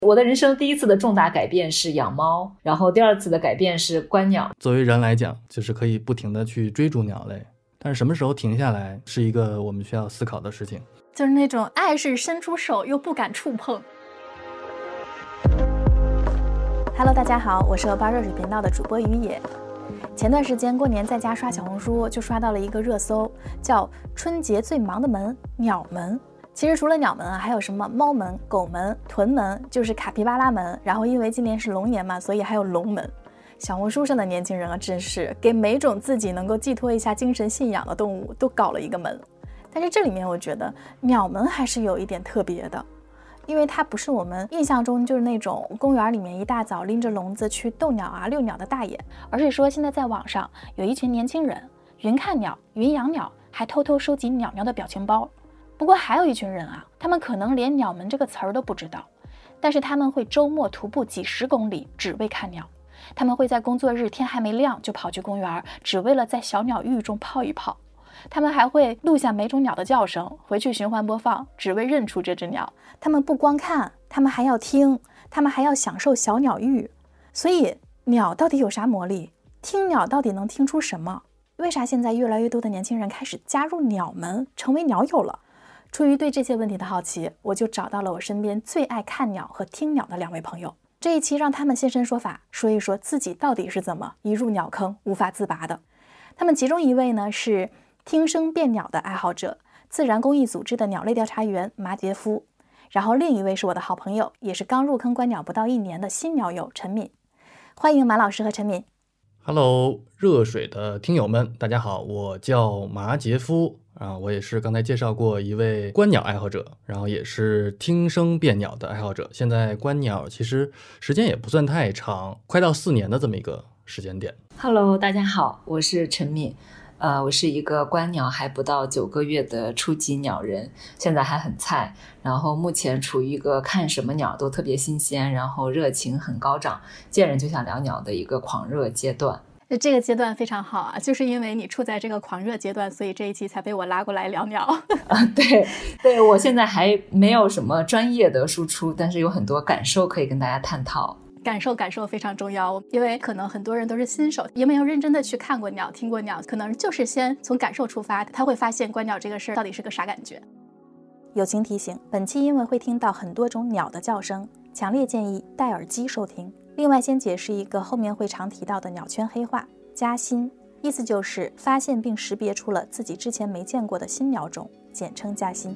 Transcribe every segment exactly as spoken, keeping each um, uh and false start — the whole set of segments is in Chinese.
我的人生第一次的重大改变是养猫，然后第二次的改变是观鸟。 作为人来讲，就是可以不停地去追逐鸟类，但是什么时候停下来是一个我们需要思考的事情。 就是那种爱是伸出手又不敢触碰。Hello， 大家好，我是鹅八热水频道的主播于野。前段时间过年在家刷小红书，就刷到了一个热搜，叫春节最忙的门——鸟门。其实除了鸟门啊，还有什么猫门、狗门、豚门，就是卡皮巴拉门。然后因为今年是龙年嘛，所以还有龙门。小红书上的年轻人啊，真是给每种自己能够寄托一下精神信仰的动物都搞了一个门。但是这里面我觉得鸟门还是有一点特别的，因为它不是我们印象中就是那种公园里面一大早拎着笼子去逗鸟啊遛鸟的大爷，而是说现在在网上有一群年轻人云看鸟、云养鸟，还偷偷收集鸟鸟的表情包。不过还有一群人啊，他们可能连鸟门这个词儿都不知道，但是他们会周末徒步几十公里只为看鸟。他们会在工作日天还没亮就跑去公园，只为了在小鸟浴中泡一泡。他们还会录下每种鸟的叫声，回去循环播放，只为认出这只鸟。他们不光看，他们还要听，他们还要享受小鸟浴。所以鸟到底有啥魔力？听鸟到底能听出什么？为啥现在越来越多的年轻人开始加入鸟门，成为鸟友了？出于对这些问题的好奇，我就找到了我身边最爱看鸟和听鸟的两位朋友。这一期让他们现身说法，说一说自己到底是怎么一入鸟坑无法自拔的。他们其中一位呢是听声辨鸟的爱好者，自然公益组织的鸟类调查员马杰夫。然后另一位是我的好朋友，也是刚入坑观鸟不到一年的新鸟友陈敏。欢迎马老师和陈敏。 Hello， 热水的听友们，大家好，我叫马杰夫啊，我也是刚才介绍过一位观鸟爱好者，然后也是听声辨鸟的爱好者。现在观鸟其实时间也不算太长，快到四年的这么一个时间点。 Hello， 大家好，我是陈敏。呃，我是一个观鸟还不到九个月的初级鸟人，现在还很菜，然后目前处于一个看什么鸟都特别新鲜，然后热情很高涨，见人就想聊鸟的一个狂热阶段。 这个阶段非常好啊，就是因为你处在这个狂热阶段，所以这一期才被我拉过来聊鸟。 啊，对对，我现在还没有什么专业的输出，但是有很多感受可以跟大家探讨。 感受感受非常重要，因为可能很多人都是新手，也没有认真的去看过鸟听过鸟，可能就是先从感受出发，他会发现观鸟这个事儿到底是个啥感觉。友情提醒，本期因为会听到很多种鸟的叫声，强烈建议戴耳机收听。另外先解释一个后面会常提到的鸟圈黑话，加新，意思就是发现并识别出了自己之前没见过的新鸟种，简称加新。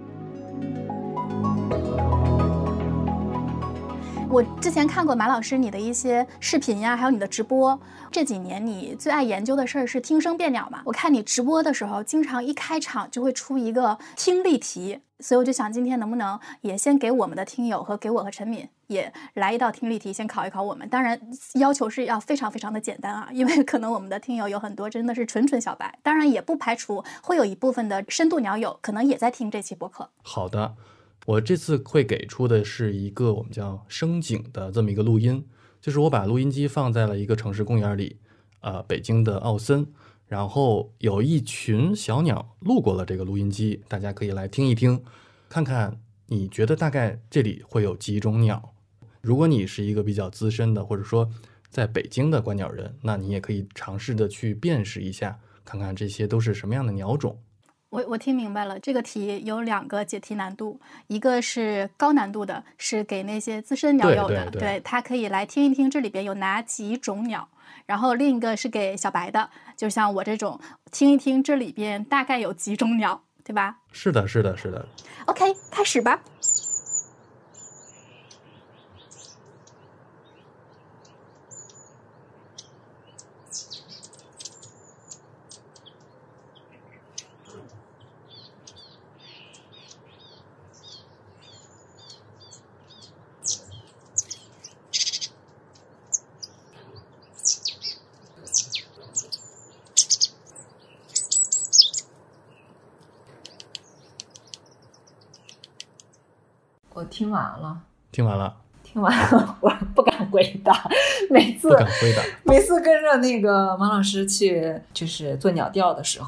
我之前看过马老师你的一些视频呀，还有你的直播。这几年你最爱研究的事儿是听声辨鸟嘛？我看你直播的时候，经常一开场就会出一个听力题，所以我就想今天能不能也先给我们的听友和给我和陈敏也来一道听力题，先考一考我们。当然要求是要非常非常的简单啊，因为可能我们的听友有很多真的是纯纯小白，当然也不排除会有一部分的深度鸟友可能也在听这期播客。 好的。我这次会给出的是一个我们叫声景的这么一个录音，就是我把录音机放在了一个城市公园里，呃，北京的奥森，然后有一群小鸟路过了这个录音机，大家可以来听一听，看看你觉得大概这里会有几种鸟。如果你是一个比较资深的，或者说在北京的观鸟人，那你也可以尝试的去辨识一下，看看这些都是什么样的鸟种。 我我听明白了，这个题有两个解题难度，一个是高难度的，是给那些资深鸟友的， 对对对， 对，他可以来听一听这里边有哪几种鸟。然后另一个是给小白的，就像我这种听一听这里边大概有几种鸟，对吧？ 是的，是的，是的。 OK， 开始吧。 我听完了， 听完了， 听完了，我不敢回答。每次不敢回答， 每次跟着那个马老师去就是做鸟调的时候，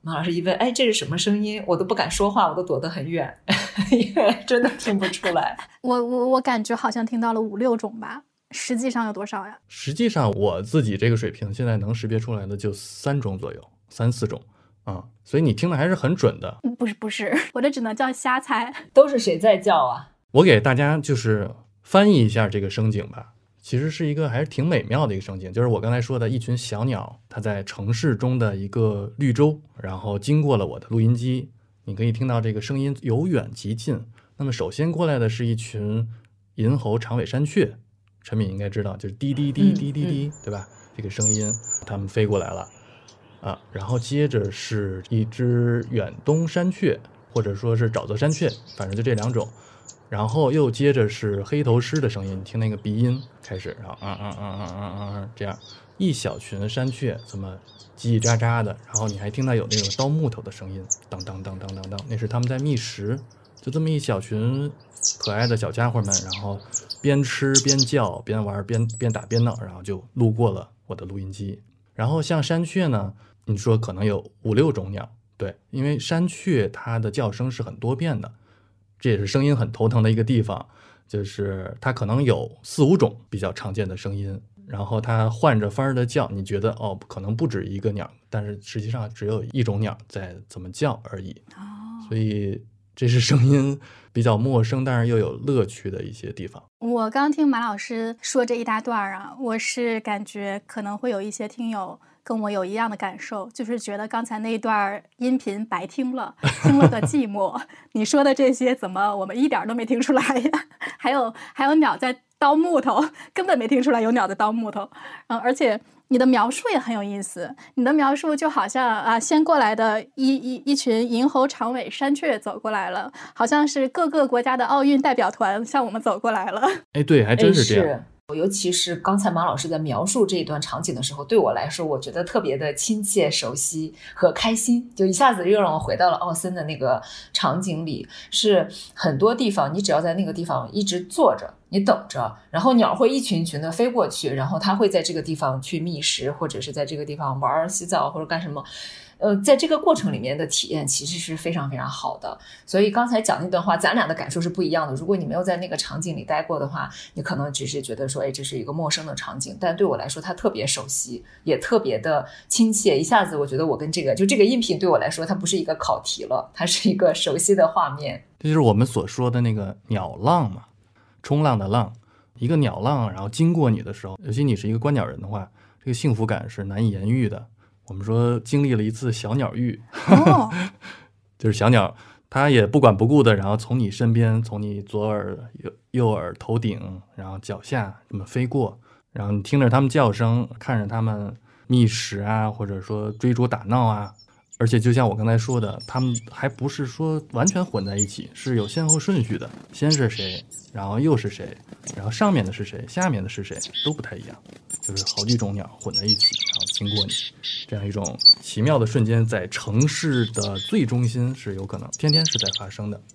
马老师一问，哎，这是什么声音？我都不敢说话，我都躲得很远，因为真的听不出来。 我我我感觉好像听到了五六种吧，实际上有多少呀？ 实际上我自己这个水平现在能识别出来的就三种左右，三四种啊、嗯，所以你听的还是很准的。 不是不是，我这只能叫瞎猜。 都是谁在叫啊？ 我给大家就是翻译一下这个声景吧。其实是一个还是挺美妙的一个声景，就是我刚才说的一群小鸟，它在城市中的一个绿洲，然后经过了我的录音机，你可以听到这个声音由远及近。那么首先过来的是一群银喉长尾山雀，陈敏应该知道，就是滴滴滴滴滴滴、嗯嗯、对吧？这个声音它们飞过来了啊，然后接着是一只远东山雀，或者说是沼泽山雀，反正就这两种。然后又接着是黑头狮的声音，你听那个鼻音开始，然后啊啊啊啊啊啊这样一小群山雀这么叽叽喳喳的，然后你还听到有那种刀木头的声音，当当当当当当，那是他们在觅食。就这么一小群可爱的小家伙们，然后边吃边叫边玩边边打边闹，然后就路过了我的录音机。然后像山雀呢，你说可能有五六种鸟，对，因为山雀它的叫声是很多变的。这也是声音很头疼的一个地方，就是它可能有四五种比较常见的声音，然后它换着法儿的叫，你觉得哦，可能不止一个鸟，但是实际上只有一种鸟在怎么叫而已。哦，所以这是声音比较陌生，但是又有乐趣的一些地方。 我刚听马老师说这一大段啊，我是感觉可能会有一些听友跟我有一样的感受，就是觉得刚才那一段音频白听了，听了个寂寞。你说的这些怎么我们一点都没听出来呀？还有还有鸟在叨木头，根本没听出来有鸟在叨木头。嗯，而且你的描述也很有意思，你的描述就好像啊，先过来的一一一群银喉长尾山雀走过来了，好像是各个国家的奥运代表团向我们走过来了。 哎，对，还真是这样。 尤其是刚才马老师在描述这一段场景的时候，对我来说我觉得特别的亲切熟悉和开心，就一下子又让我回到了奥森的那个场景里。是很多地方你只要在那个地方一直坐着，你等着，然后鸟会一群群的飞过去，然后它会在这个地方去觅食，或者是在这个地方玩洗澡或者干什么。呃，在这个过程里面的体验其实是非常非常好的，所以刚才讲那段话，咱俩的感受是不一样的。如果你没有在那个场景里待过的话，你可能只是觉得说，哎，这是一个陌生的场景，但对我来说，它特别熟悉，也特别的亲切。一下子，我觉得我跟这个，就这个音频对我来说，它不是一个考题了，它是一个熟悉的画面。 这就是我们所说的那个鸟浪嘛，冲浪的浪，一个鸟浪，然后经过你的时候，尤其你是一个观鸟人的话，这个幸福感是难以言喻的。我们说经历了一次小鸟浴，哦、就是小鸟它也不管不顾的，然后从你身边，从你左耳右右耳头顶，然后脚下这么飞过，然后你听着它们叫声，看着它们觅食啊，或者说追逐打闹啊。而且就像我刚才说的，它们还不是说完全混在一起，是有先后顺序的，先是谁，然后又是谁，然后上面的是谁，下面的是谁，都不太一样，就是好几种鸟混在一起，然后经过你，这样一种奇妙的瞬间，在城市的最中心是有可能天天是在发生的。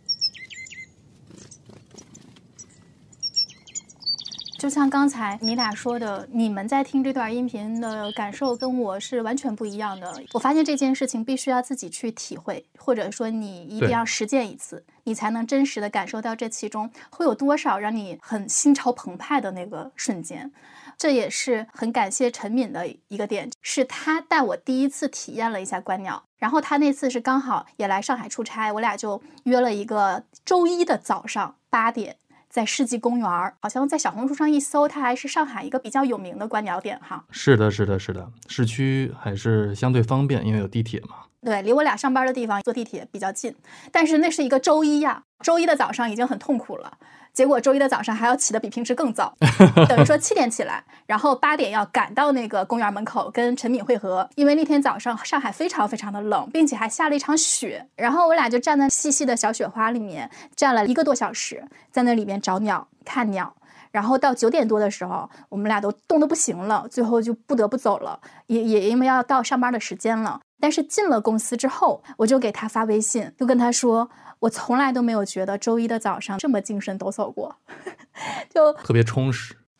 就像刚才你俩说的，你们在听这段音频的感受跟我是完全不一样的。我发现这件事情必须要自己去体会，或者说你一定要实践一次，你才能真实的感受到这其中会有多少让你很心潮澎湃的那个瞬间。这也是很感谢陈敏的一个点，是他带我第一次体验了一下观鸟，然后他那次是刚好也来上海出差，我俩就约了一个周一的早上八点在世纪公园，好像在小红书上一搜，它还是上海一个比较有名的观鸟点哈。 是的是的是的，市区还是相对方便，因为有地铁嘛。 对，离我俩上班的地方坐地铁比较近，但是那是一个周一呀，周一的早上已经很痛苦了，结果周一的早上还要起得比平时更早，等于说七点起来，然后八点要赶到那个公园门口跟陈敏会合，因为那天早上上海非常非常的冷，并且还下了一场雪，然后我俩就站在细细的小雪花里面站了一个多小时，在那里面找鸟看鸟，然后到九点多的时候我们俩都冻得不行了，最后就不得不走了，也也因为要到上班的时间了。但是进了公司之后，我就给他发微信，就跟他说我从来都没有觉得周一的早上这么精神抖擞过就特别充实。 对，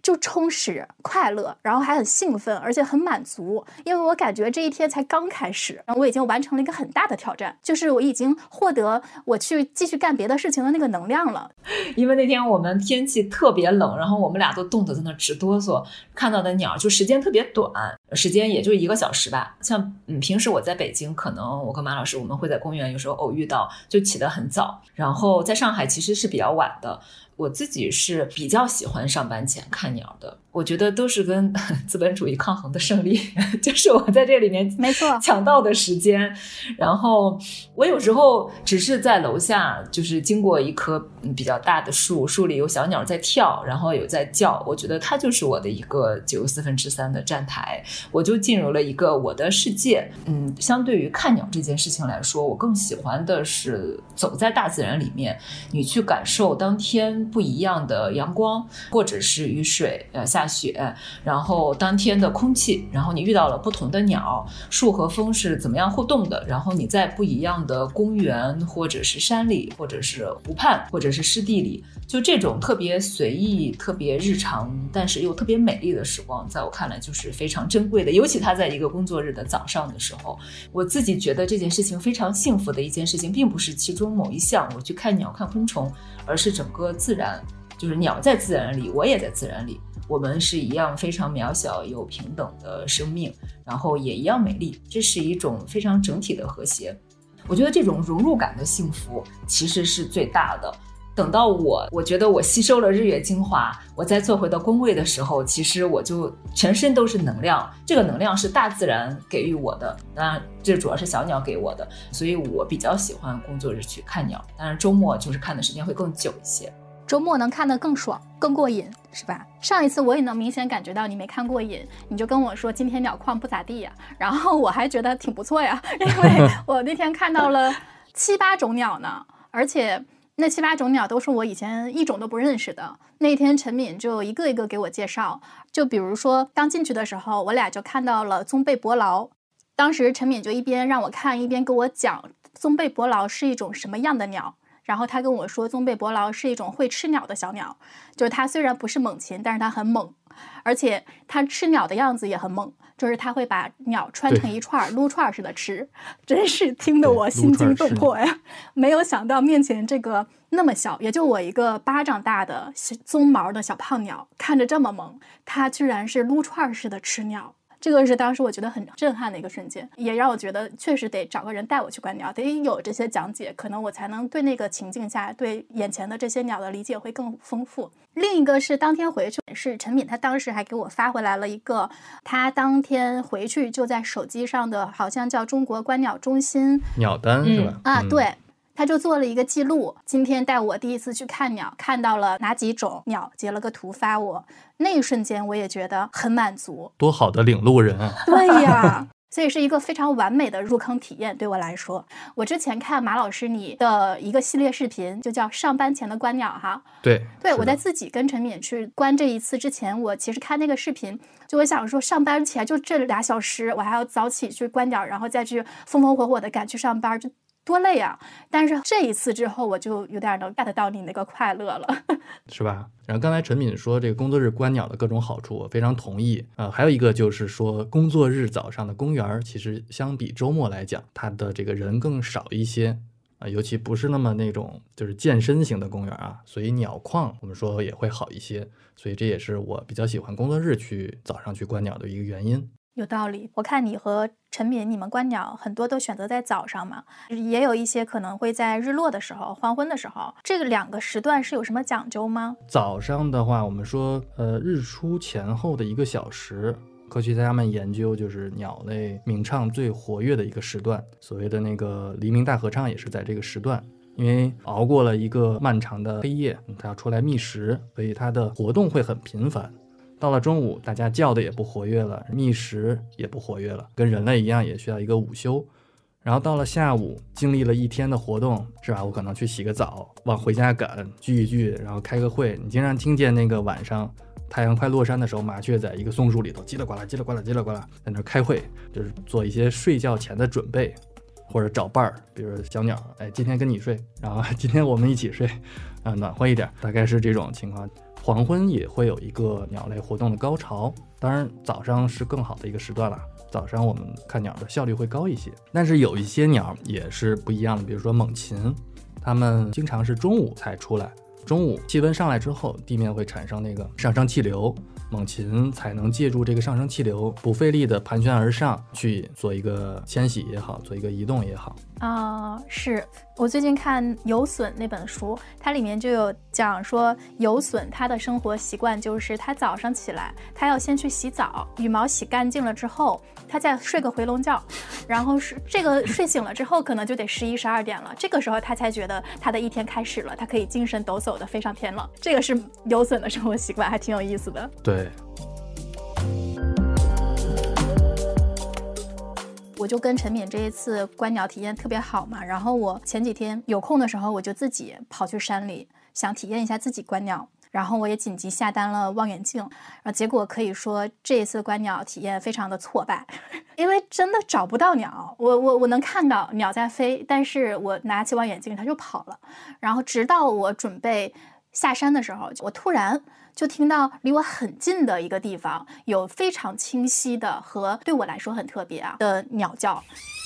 就充实、快乐，然后还很兴奋，而且很满足，因为我感觉这一天才刚开始，然后我已经完成了一个很大的挑战，就是我已经获得我去继续干别的事情的那个能量了。 因为那天我们天气特别冷，然后我们俩都冻得在那直哆嗦，看到的鸟就时间特别短，时间也就一个小时吧。像嗯，平时我在北京，可能我跟马老师我们会在公园有时候偶遇到，就起得很早，然后在上海其实是比较晚的。我自己是比较喜欢上班前看鸟的，我觉得都是跟资本主义抗衡的胜利，就是我在这里面没错抢到的时间。然后我有时候只是在楼下，就是经过一棵比较大的树，树里有小鸟在跳，然后有在叫，我觉得它就是我的一个九四分之三的站台，我就进入了一个我的世界。嗯，相对于看鸟这件事情来说，我更喜欢的是走在大自然里面，你去感受当天不一样的阳光，或者是雨水，呃，下雪，然后当天的空气，然后你遇到了不同的鸟，树和风是怎么样互动的，然后你在不一样的公园，或者是山里，或者是湖畔，或者是湿地里，就这种特别随意、特别日常，但是又特别美丽的时光，在我看来就是非常珍贵的。尤其它在一个工作日的早上的时候，我自己觉得这件事情非常幸福的一件事情，并不是其中某一项，我去看鸟、看昆虫，而是整个自然。就是鸟在自然里，我也在自然里，我们是一样非常渺小又平等的生命，然后也一样美丽，这是一种非常整体的和谐。我觉得这种融入感的幸福其实是最大的。等到我我觉得我吸收了日月精华，我再做回到宫位的时候，其实我就全身都是能量，这个能量是大自然给予我的，当然这主要是小鸟给我的，所以我比较喜欢工作日去看鸟，当然周末就是看的时间会更久一些， 周末能看得更爽更过瘾，是吧？上一次我也能明显感觉到你没看过瘾，你就跟我说今天鸟况不咋地呀，然后我还觉得挺不错呀，因为我那天看到了七八种鸟呢，而且那七八种鸟都是我以前一种都不认识的。那天陈敏就一个一个给我介绍，就比如说刚进去的时候，我俩就看到了棕背伯劳，当时陈敏就一边让我看，一边跟我讲棕背伯劳是一种什么样的鸟。然后他跟我说棕背伯劳是一种会吃鸟的小鸟，就是它虽然不是猛禽，但是它很猛，而且它吃鸟的样子也很猛，就是它会把鸟穿成一串撸串似的吃，真是听得我心惊动魄呀！没有想到面前这个那么小，也就我一个巴掌大的棕毛的小胖鸟，看着这么萌，它居然是撸串似的吃鸟。这个是当时我觉得很震撼的一个瞬间，也让我觉得确实得找个人带我去观鸟，得有这些讲解，可能我才能对那个情境下对眼前的这些鸟的理解会更丰富。另一个是当天回去，是陈敏他当时还给我发回来了一个他当天回去就在手机上的，好像叫中国观鸟中心鸟单是吧？ 嗯、啊，对。他就做了一个记录，今天带我第一次去看鸟，看到了哪几种鸟，截了个图发我，那一瞬间我也觉得很满足。 多好的领路人啊！ 对呀，所以是一个非常完美的入坑体验对我来说。我之前看马老师你的一个系列视频，就叫上班前的观鸟哈。 对对，我在自己跟陈敏去观这一次之前，我其实看那个视频，就我想说上班前就这俩小时，我还要早起去观鸟，然后再去风风火火的赶去上班，就多累啊！但是这一次之后，我就有点能 get 到你那个快乐了， 是吧？然后刚才陈敏说这个工作日观鸟的各种好处，我非常同意。呃，还有一个就是说，工作日早上的公园其实相比周末来讲，它的这个人更少一些啊、呃，尤其不是那么那种就是健身型的公园啊，所以鸟况我们说也会好一些。所以这也是我比较喜欢工作日去早上去观鸟的一个原因。 有道理，我看你和陈敏你们观鸟很多都选择在早上嘛，也有一些可能会在日落的时候、黄昏的时候，这个两个时段是有什么讲究吗？ 早上的话，我们说呃日出前后的一个小时，科学家们研究就是鸟类鸣唱最活跃的一个时段，所谓的那个黎明大合唱也是在这个时段。因为熬过了一个漫长的黑夜，它要出来觅食，所以它的活动会很频繁。到了中午，大家叫的也不活跃了，觅食也不活跃了，跟人类一样也需要一个午休。然后到了下午，经历了一天的活动，是吧？我可能去洗个澡，往回家赶，聚一聚，然后开个会。你经常听见那个晚上太阳快落山的时候，麻雀在一个松树里头叽里呱啦、叽里呱啦、叽里呱啦，在那开会，就是做一些睡觉前的准备。 或者找伴儿，比如小鸟，哎，今天跟你睡，然后今天我们一起睡，啊，暖和一点，大概是这种情况。黄昏也会有一个鸟类活动的高潮，当然早上是更好的一个时段了，早上我们看鸟的效率会高一些。但是有一些鸟也是不一样的，比如说猛禽，它们经常是中午才出来，中午气温上来之后，地面会产生那个上升气流，猛禽才能借助这个上升气流不费力的盘旋而上，去做一个迁徙也好，做一个移动也好。 啊、呃，是我最近看《游隼》那本书，它里面就有讲说，游隼它的生活习惯就是它早上起来，它要先去洗澡，羽毛洗干净了之后，它再睡个回笼觉，然后是这个睡醒了之后，可能就得十一十二点了，这个时候它才觉得它的一天开始了，它可以精神抖擞的飞上天了。这个是游隼的生活习惯，还挺有意思的。 对。 我就跟陈敏这一次观鸟体验特别好嘛，然后我前几天有空的时候，我就自己跑去山里，想体验一下自己观鸟，然后我也紧急下单了望远镜，然后结果可以说这一次观鸟体验非常的挫败，因为真的找不到鸟，我我我能看到鸟在飞，但是我拿起望远镜它就跑了，然后直到我准备下山的时候，我突然就听到离我很近的一个地方有非常清晰的和对我来说很特别啊的鸟叫。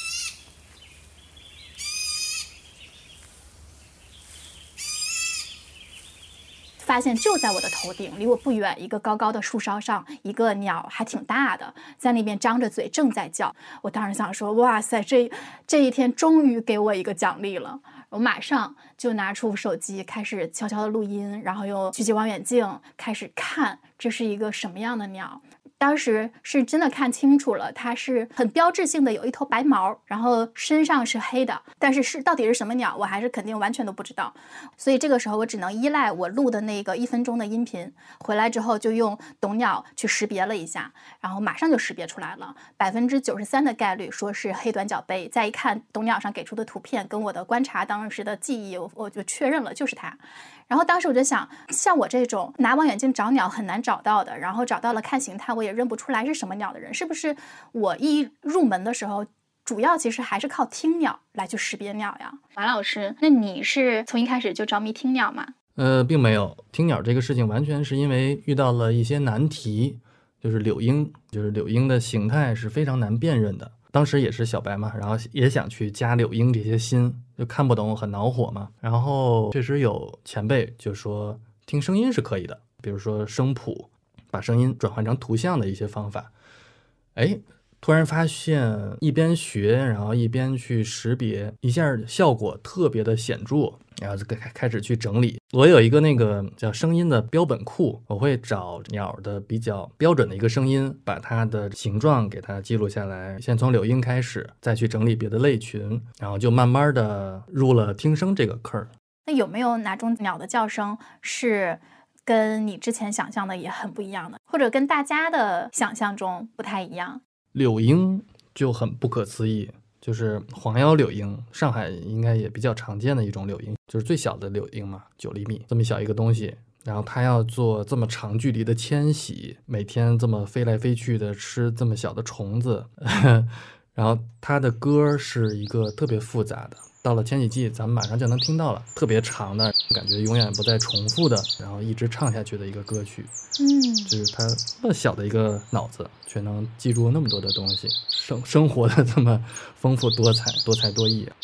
发现就在我的头顶，离我不远一个高高的树梢上，一个鸟还挺大的，在那边张着嘴正在叫。我当时想说，哇塞，这这一天终于给我一个奖励了。我马上就拿出手机开始悄悄的录音，然后又举起望远镜开始看这是一个什么样的鸟。当时是真的看清楚了，它是很标志性的有一头白毛，然后身上是黑的，但是是到底是什么鸟我还是肯定完全都不知道。所以这个时候我只能依赖我录的那个一分钟的音频，回来之后就用懂鸟去识别了一下，然后马上就识别出来了，百分之九十三的概率说是黑短角杯。再一看懂鸟上给出的图片跟我的观察当时的记忆，我我就确认了就是它。然后当时我就想，像我这种拿望远镜找鸟很难找到的，然后找到了看形态我也认不出来是什么鸟的人，是不是我一入门的时候主要其实还是靠听鸟来去识别鸟呀？马老师，那你是从一开始就着迷听鸟吗？ 呃，并没有，听鸟这个事情完全是因为遇到了一些难题，就是柳莺，就是柳莺的形态是非常难辨认的。当时也是小白嘛，然后也想去加柳莺这些心，就看不懂很恼火嘛。然后确实有前辈就说听声音是可以的，比如说声谱，把声音转换成图像的一些方法。哎，突然发现一边学，然后一边去识别，一下效果特别的显著，然后就开始去整理。我有一个那个叫声音的标本库，我会找鸟的比较标准的一个声音，把它的形状给它记录下来，先从柳莺开始，再去整理别的类群，然后就慢慢的入了听声这个坑。 那有没有哪种鸟的叫声是跟你之前想象的也很不一样的，或者跟大家的想象中不太一样？ 柳莺就很不可思议，就是黄腰柳莺，上海应该也比较常见的一种柳莺，就是最小的柳莺嘛，九厘米这么小一个东西，然后它要做这么长距离的迁徙，每天这么飞来飞去的吃这么小的虫子然后它的歌是一个特别复杂的，到了迁徙季咱们马上就能听到了，特别长的感觉永远不再重复的，然后一直唱下去的一个歌曲。 嗯， 就是它那么小的一个脑子却能记住那么多的东西，生生活的这么丰富多彩多才多艺。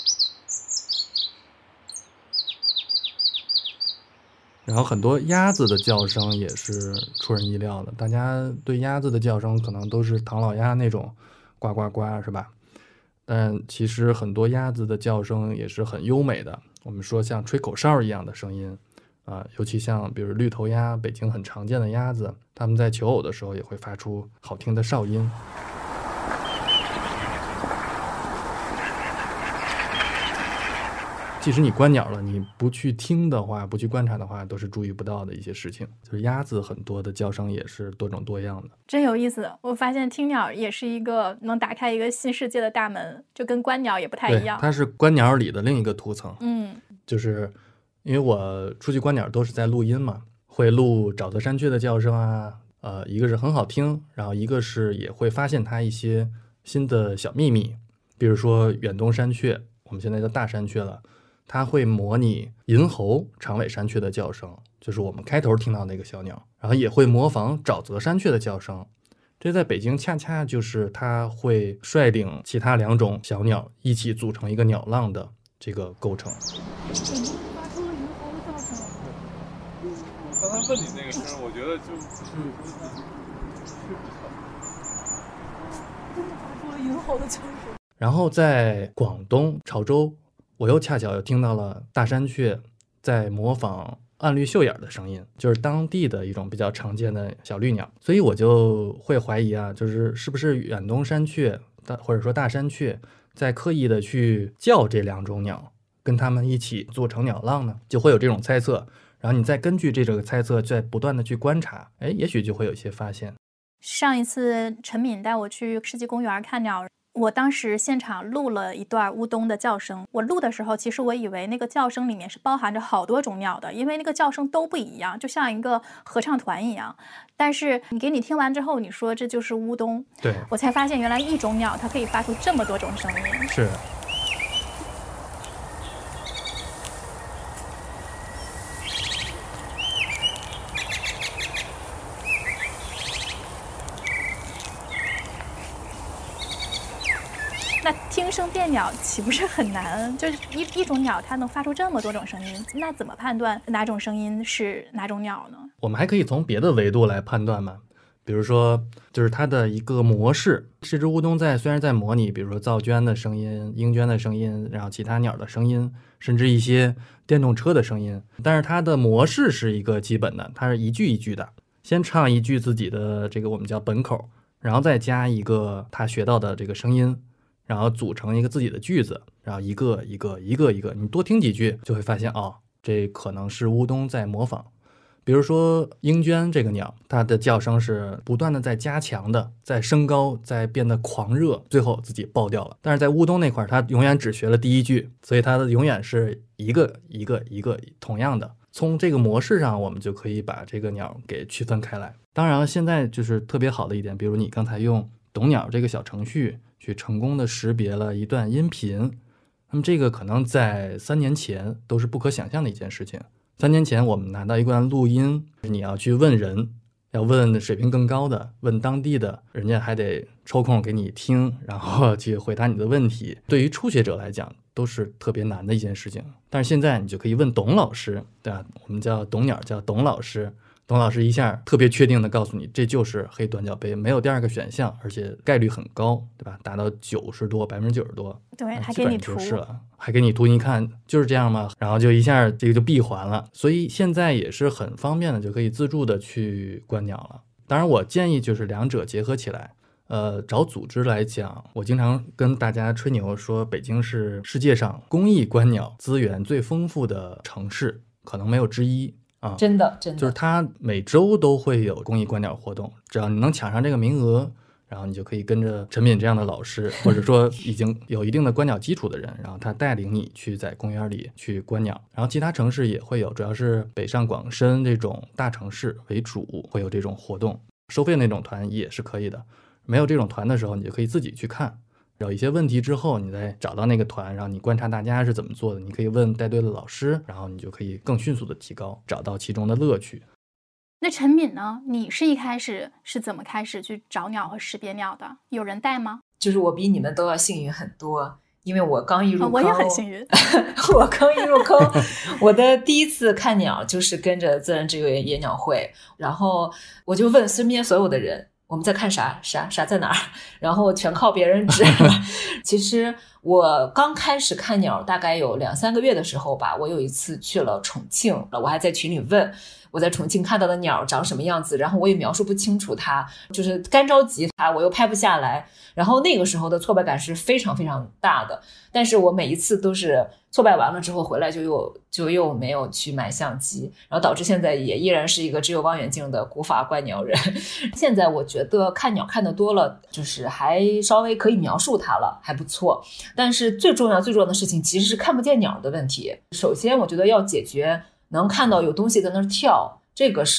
然后很多鸭子的叫声也是出人意料的，大家对鸭子的叫声可能都是唐老鸭那种呱呱呱，是吧？但其实很多鸭子的叫声也是很优美的，我们说像吹口哨一样的声音啊，尤其像比如绿头鸭，北京很常见的鸭子，它们在求偶的时候也会发出好听的哨音。即使你观鸟了，你不去听的话，不去观察的话，都是注意不到的一些事情。就是鸭子很多的叫声也是多种多样的， 真有意思。我发现听鸟也是一个能打开一个新世界的大门，就跟观鸟也不太一样。 它是观鸟里的另一个图层。 嗯， 就是因为我出去观鸟都是在录音嘛，会录沼泽山雀的叫声啊，呃，一个是很好听，然后一个是也会发现它一些新的小秘密。 比如说远东山雀，我们现在叫大山雀了，它会模拟银喉长尾山雀的叫声，就是我们开头听到那个小鸟，然后也会模仿沼泽山雀的叫声。这在北京恰恰就是它会率领其他两种小鸟一起组成一个鸟浪的这个构成。 刚才问你那个声，我觉得就是发出了银喉的叫声。 然后在广东潮州，我又恰巧又听到了大山雀在模仿暗绿绣眼的声音，就是当地的一种比较常见的小绿鸟，所以我就会怀疑啊，就是是不是远东山雀或者说大山雀在刻意的去叫这两种鸟，跟它们一起做成鸟浪呢？就会有这种猜测，然后你再根据这个猜测再不断的去观察，哎，也许就会有一些发现。 上一次陈敏带我去世纪公园看鸟，我当时现场录了一段乌冬的叫声。我录的时候，其实我以为那个叫声里面是包含着好多种鸟的，因为那个叫声都不一样，就像一个合唱团一样。但是你给你听完之后，你说这就是乌冬， 对， 我才发现原来一种鸟它可以发出这么多种声音。 是。 那听声辨鸟岂不是很难？就是一一种鸟它能发出这么多种声音，那怎么判断哪种声音是哪种鸟呢？ 我们还可以从别的维度来判断嘛，比如说就是它的一个模式。这只乌冬在虽然在模拟比如说噪鹃的声音、鹰鹃的声音，然后其他鸟的声音，甚至一些电动车的声音，但是它的模式是一个基本的，它是一句一句的，先唱一句自己的这个我们叫本口，然后再加一个他学到的这个声音，然后组成一个自己的句子，然后一个一个一个一个，你多听几句就会发现哦，这可能是乌冬在模仿。比如说鹰鹃这个鸟，它的叫声是不断的在加强的，在升高，在变得狂热，最后自己爆掉了。但是在乌冬那块，它永远只学了第一句，所以它的永远是一个一个一个同样的。从这个模式上，我们就可以把这个鸟给区分开来。当然了，现在就是特别好的一点，比如你刚才用懂鸟这个小程序去成功的识别了一段音频，那么这个可能在三年前都是不可想象的一件事情。三年前我们拿到一段录音，你要去问人，要问水平更高的，问当地的，人家还得抽空给你听，然后去回答你的问题。对于初学者来讲都是特别难的一件事情，但是现在你就可以问董老师，对吧？我们叫懂鸟叫董老师，董老师一下特别确定的告诉你，这就是黑短角杯，没有第二个选项，而且概率很高，对吧？达到九十多，百分之九十多， 对，还给你图， 就是了，还给你图，你看就是这样吗？然后就一下这个就闭环了。所以现在也是很方便的，就可以自助的去观鸟了。当然，我建议就是两者结合起来。呃，找组织来讲，我经常跟大家吹牛说，北京是世界上公益观鸟资源最丰富的城市，可能没有之一。啊， 真的真的， 就是它每周都会有公益观鸟活动，只要你能抢上这个名额，然后你就可以跟着陈敏这样的老师，或者说已经有一定的观鸟基础的人，然后他带领你去在公园里去观鸟。然后其他城市也会有，主要是北上广深这种大城市为主会有这种活动，收费那种团也是可以的。没有这种团的时候，你就可以自己去看。有一些问题之后，你再找到那个团，然后你观察大家是怎么做的，你可以问带队的老师，然后你就可以更迅速的提高，找到其中的乐趣。 那陈敏呢？你是一开始是怎么开始去找鸟和识别鸟的？有人带吗？ 就是我比你们都要幸运很多，因为我刚一入坑， 哦、我也很幸运。 我刚一入坑，我的第一次看鸟就是跟着自然之友野鸟会，然后我就问身边所有的人，我们在看啥啥啥在哪儿，然后全靠别人指。其实我刚开始看鸟大概有两三个月的时候吧，我有一次去了重庆，我还在群里问我在重庆看到的鸟长什么样子，然后我也描述不清楚它，就是干着急它我又拍不下来，然后那个时候的挫败感是非常非常大的。但是我每一次都是挫败完了之后回来就又就又没有去买相机，然后导致现在也依然是一个只有望远镜的古法观鸟人。现在我觉得看鸟看得多了，就是还稍微可以描述它了，还不错。但是最重要最重要的事情其实是看不见鸟的问题。首先我觉得要解决能看到有东西在那儿跳，这个是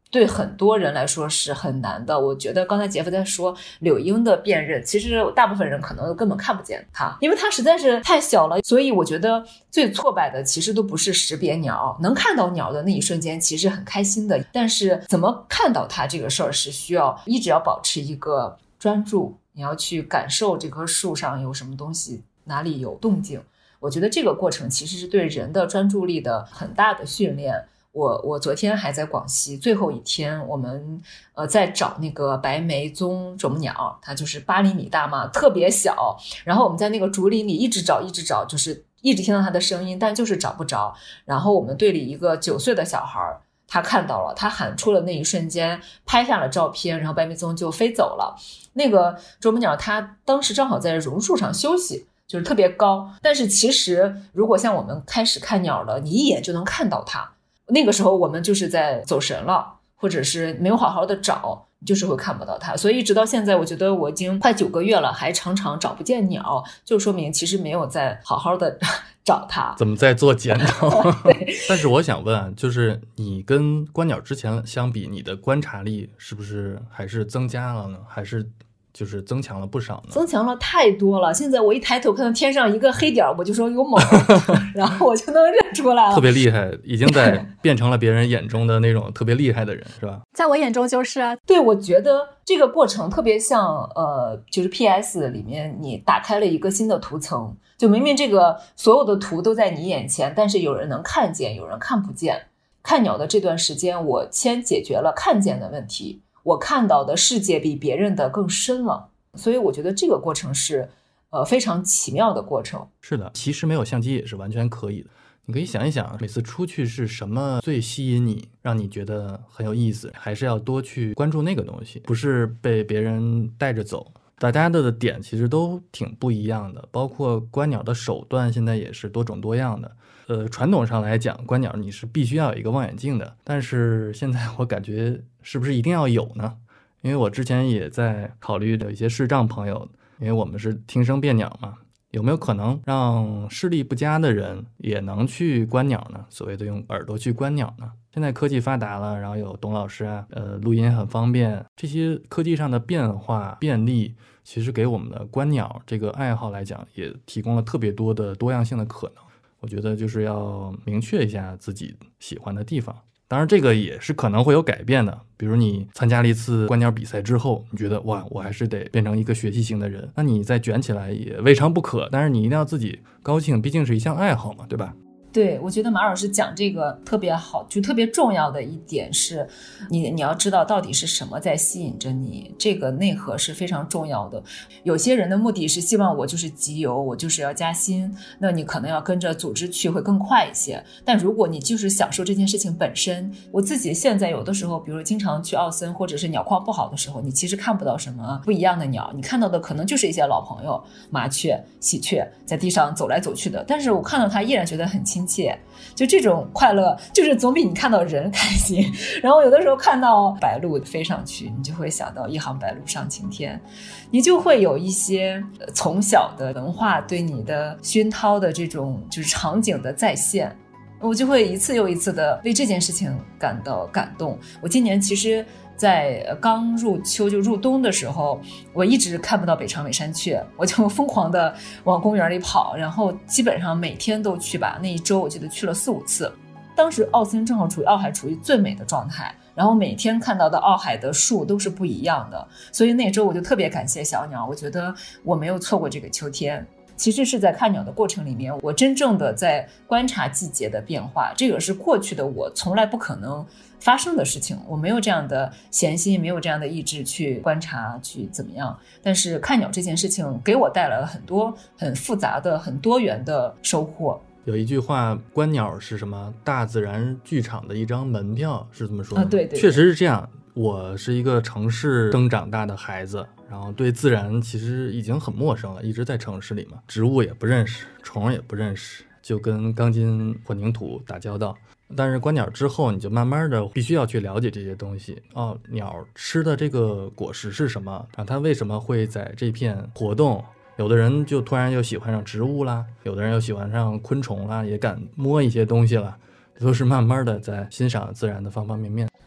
对很多人来说是很难的。我觉得刚才杰夫在说柳莺的辨认，其实大部分人可能根本看不见它，因为它实在是太小了。所以我觉得最挫败的其实都不是识别鸟，能看到鸟的那一瞬间其实很开心的，但是怎么看到它这个事儿是需要一直要保持一个专注，你要去感受这棵树上有什么东西，哪里有动静。我觉得这个过程其实是对人的专注力的很大的训练。我我昨天还在广西，最后一天我们呃在找那个白眉棕啄木鸟，它就是八厘米大嘛，特别小。然后我们在那个竹林里一直找一直找，就是一直听到它的声音，但就是找不着。然后我们队里一个九岁的小孩，他看到了，他喊出了那一瞬间，拍下了照片，然后白眉棕就飞走了。那个啄木鸟它当时正好在榕树上休息，就是特别高。但是其实如果像我们开始看鸟了，你一眼就能看到它。那个时候我们就是在走神了，或者是没有好好的找，就是会看不到它。所以直到现在我觉得我已经快九个月了，还常常找不见鸟，就说明其实没有在好好的找它。 怎么在做检讨？但是我想问，就是你跟观鸟之前相比，你的观察力是不是还是增加了呢？还是就是增强了不少呢？ 增强了太多了。现在我一抬头看到天上一个黑点，我就说有猛然后我就能认出来了。 特别厉害，已经在变成了别人眼中的那种特别厉害的人，是吧？ 在我眼中就是啊。 对，我觉得这个过程特别像呃，就是 P S 里面你打开了一个新的图层，就明明这个所有的图都在你眼前，但是有人能看见，有人看不见。看鸟的这段时间，我先解决了看见的问题，我看到的世界比别人的更深了，所以我觉得这个过程是呃非常奇妙的过程。 是的，其实没有相机也是完全可以的。你可以想一想，每次出去是什么最吸引你，让你觉得很有意思，还是要多去关注那个东西，不是被别人带着走。大家的点其实都挺不一样的，包括观鸟的手段现在也是多种多样的。呃，传统上来讲，观鸟你是必须要有一个望远镜的，但是现在我感觉是不是一定要有呢？因为我之前也在考虑有一些视障朋友，因为我们是听声辨鸟嘛，有没有可能让视力不佳的人也能去观鸟呢？所谓的用耳朵去观鸟呢？现在科技发达了，然后有董老师啊，呃，录音很方便，这些科技上的变化便利，其实给我们的观鸟这个爱好来讲，也提供了特别多的多样性的可能。我觉得就是要明确一下自己喜欢的地方，当然这个也是可能会有改变的。比如你参加了一次观鸟比赛之后，你觉得哇，我还是得变成一个学习型的人，那你再卷起来也未尝不可，但是你一定要自己高兴，毕竟是一项爱好嘛，对吧？ 对，我觉得马老师讲这个特别好，就特别重要的一点是你你要知道到底是什么在吸引着你，这个内核是非常重要的。有些人的目的是希望我就是集邮，我就是要加薪，那你可能要跟着组织去会更快一些。但如果你就是享受这件事情本身，我自己现在有的时候比如经常去奥森或者是鸟况不好的时候，你其实看不到什么不一样的鸟，你看到的可能就是一些老朋友，麻雀、喜鹊在地上走来走去的，但是我看到它依然觉得很亲切，就这种快乐就是总比你看到人开心。然后有的时候看到白鹭飞上去，你就会想到一行白鹭上青天，你就会有一些从小的文化对你的熏陶的这种就是场景的再现，我就会一次又一次的为这件事情感到感动。我今年其实在刚入秋就入冬的时候，我一直看不到北长尾山雀，我就疯狂的往公园里跑，然后基本上每天都去吧，那一周我记得去了四五次。当时奥森正好处于奥海处于最美的状态，然后每天看到的奥海的树都是不一样的，所以那周我就特别感谢小鸟，我觉得我没有错过这个秋天。其实是在看鸟的过程里面，我真正的在观察季节的变化，这个是过去的我从来不可能发生的事情，我没有这样的闲心，没有这样的意志去观察去怎么样。但是看鸟这件事情给我带来了很多很复杂的很多元的收获。 有一句话，观鸟是什么？大自然剧场的一张门票，是这么说的、 啊、对 对, 对， 确实是这样。我是一个城市生长大的孩子，然后对自然其实已经很陌生了，一直在城市里嘛，植物也不认识，虫也不认识，就跟钢筋混凝土打交道。但是观鸟之后，你就慢慢的必须要去了解这些东西。哦，鸟吃的这个果实是什么？啊，它为什么会在这片活动？有的人就突然又喜欢上植物啦，有的人又喜欢上昆虫啦，也敢摸一些东西了，都是慢慢的在欣赏自然的方方面面。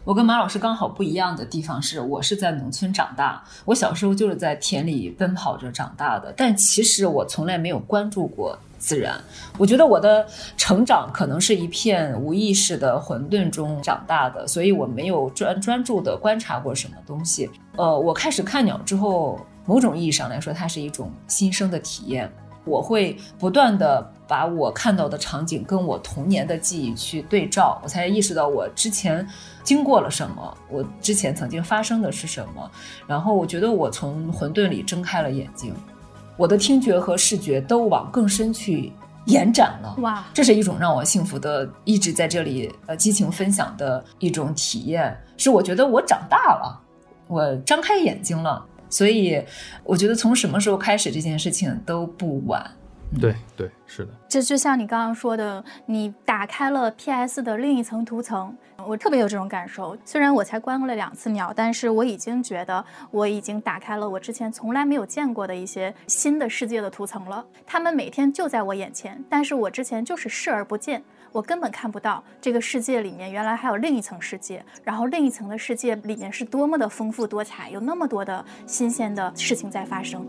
我跟马老师刚好不一样的地方是，我是在农村长大，我小时候就是在田里奔跑着长大的，但其实我从来没有关注过自然。我觉得我的成长可能是一片无意识的混沌中长大的，所以我没有专专注的观察过什么东西。呃，我开始看鸟之后，某种意义上来说，它是一种新生的体验。我会不断的把我看到的场景跟我童年的记忆去对照，我才意识到我之前经过了什么，我之前曾经发生的是什么。然后我觉得我从混沌里睁开了眼睛，我的听觉和视觉都往更深去延展了。 哇， 这是一种让我幸福的，一直在这里呃激情分享的一种体验，是我觉得我长大了，我张开眼睛了。所以我觉得从什么时候开始这件事情都不晚。 嗯、对对，是的， 这就像你刚刚说的，你打开了 P S 的另一层图层，我特别有这种感受。虽然我才观了两次鸟，但是我已经觉得我已经打开了我之前从来没有见过的一些新的世界的图层了。它们每天就在我眼前，但是我之前就是视而不见，我根本看不到这个世界里面原来还有另一层世界，然后另一层的世界里面是多么的丰富多彩，有那么多的新鲜的事情在发生。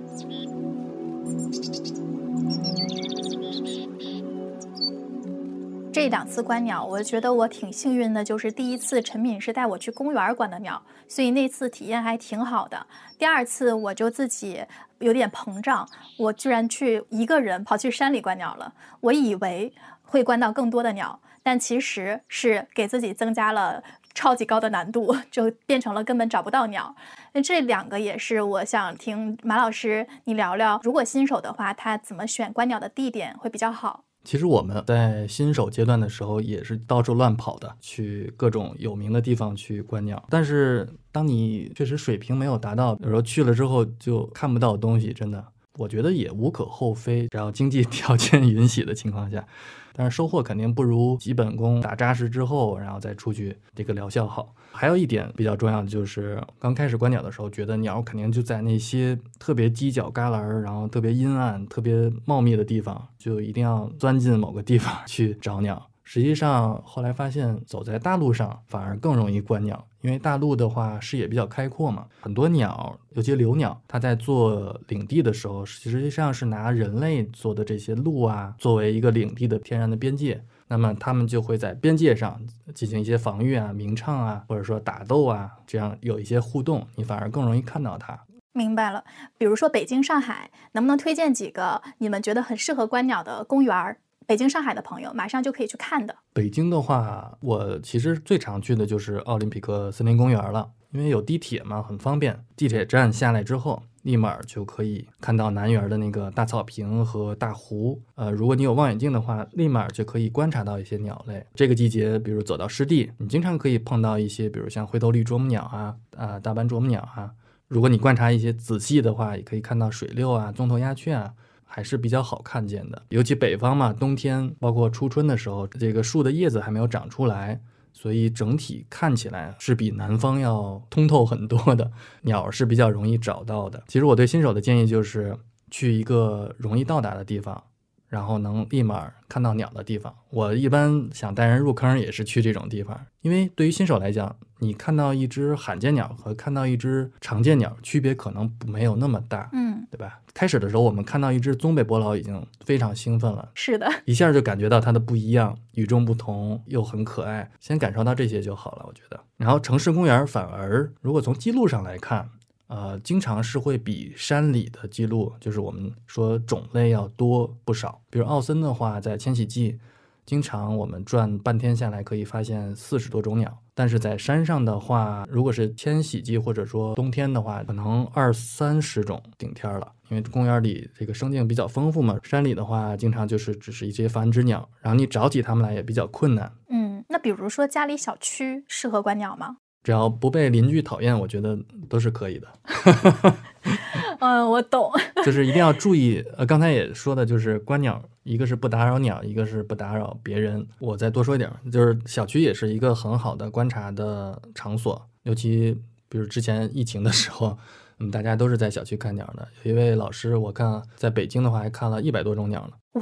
这两次观鸟，我觉得我挺幸运的，就是第一次陈敏是带我去公园观的鸟，所以那次体验还挺好的。第二次我就自己有点膨胀，我居然去一个人跑去山里观鸟了。我以为会观到更多的鸟，但其实是给自己增加了超级高的难度，就变成了根本找不到鸟。那这两个也是我想听马老师你聊聊，如果新手的话，他怎么选观鸟的地点会比较好？ 其实我们在新手阶段的时候也是到处乱跑的，去各种有名的地方去观鸟。但是当你确实水平没有达到，有时候去了之后就看不到东西，真的我觉得也无可厚非，只要经济条件允许的情况下。但是收获肯定不如基本功打扎实之后然后再出去这个疗效好。还有一点比较重要的就是刚开始观鸟的时候觉得鸟肯定就在那些特别犄角旮旯，然后特别阴暗特别茂密的地方，就一定要钻进某个地方去找鸟。实际上后来发现走在大路上反而更容易观鸟，因为大陆的话视野比较开阔嘛，很多鸟尤其留鸟它在做领地的时候实际上是拿人类做的这些路啊作为一个领地的天然的边界，那么他们就会在边界上进行一些防御啊鸣唱啊或者说打斗啊，这样有一些互动，你反而更容易看到它。 明白了。比如说北京上海，能不能推荐几个你们觉得很适合观鸟的公园？北京上海的朋友马上就可以去看的。 北京的话我其实最常去的就是奥林匹克森林公园了，因为有地铁嘛，很方便，地铁站下来之后立马就可以看到南园的那个大草坪和大湖。呃，如果你有望远镜的话立马就可以观察到一些鸟类。这个季节比如走到湿地，你经常可以碰到一些比如像灰头绿啄木鸟啊、呃、大斑啄木鸟啊。如果你观察一些仔细的话也可以看到水溜啊、棕头鸦雀啊，还是比较好看见的。尤其北方嘛，冬天包括初春的时候，这个树的叶子还没有长出来，所以整体看起来是比南方要通透很多的，鸟是比较容易找到的。其实我对新手的建议就是去一个容易到达的地方，然后能立马看到鸟的地方。我一般想带人入坑也是去这种地方，因为对于新手来讲，你看到一只罕见鸟和看到一只常见鸟区别可能没有那么大， 嗯， 对吧？开始的时候我们看到一只棕背伯劳已经非常兴奋了， 是的， 一下就感觉到它的不一样，与众不同又很可爱，先感受到这些就好了我觉得。然后城市公园反而如果从记录上来看呃，经常是会比山里的记录就是我们说种类要多不少。比如奥森的话，在迁徙季经常我们转半天下来可以发现四十多种鸟，但是在山上的话，如果是迁徙季或者说冬天的话，可能二三十种顶天了。因为公园里这个生境比较丰富嘛，山里的话经常就是只是一些繁殖鸟，然后你找起它们来也比较困难。 嗯，那比如说家里小区适合观鸟吗？ 只要不被邻居讨厌，我觉得都是可以的。 嗯，我懂。 就是一定要注意，呃，刚才也说的，就是观鸟，一个是不打扰鸟，一个是不打扰别人。我再多说一点，就是小区也是一个很好的观察的场所，尤其比如之前疫情的时候，嗯，大家都是在小区看鸟的。有一位老师，我看在北京的话还看了一百多种鸟呢。 哇，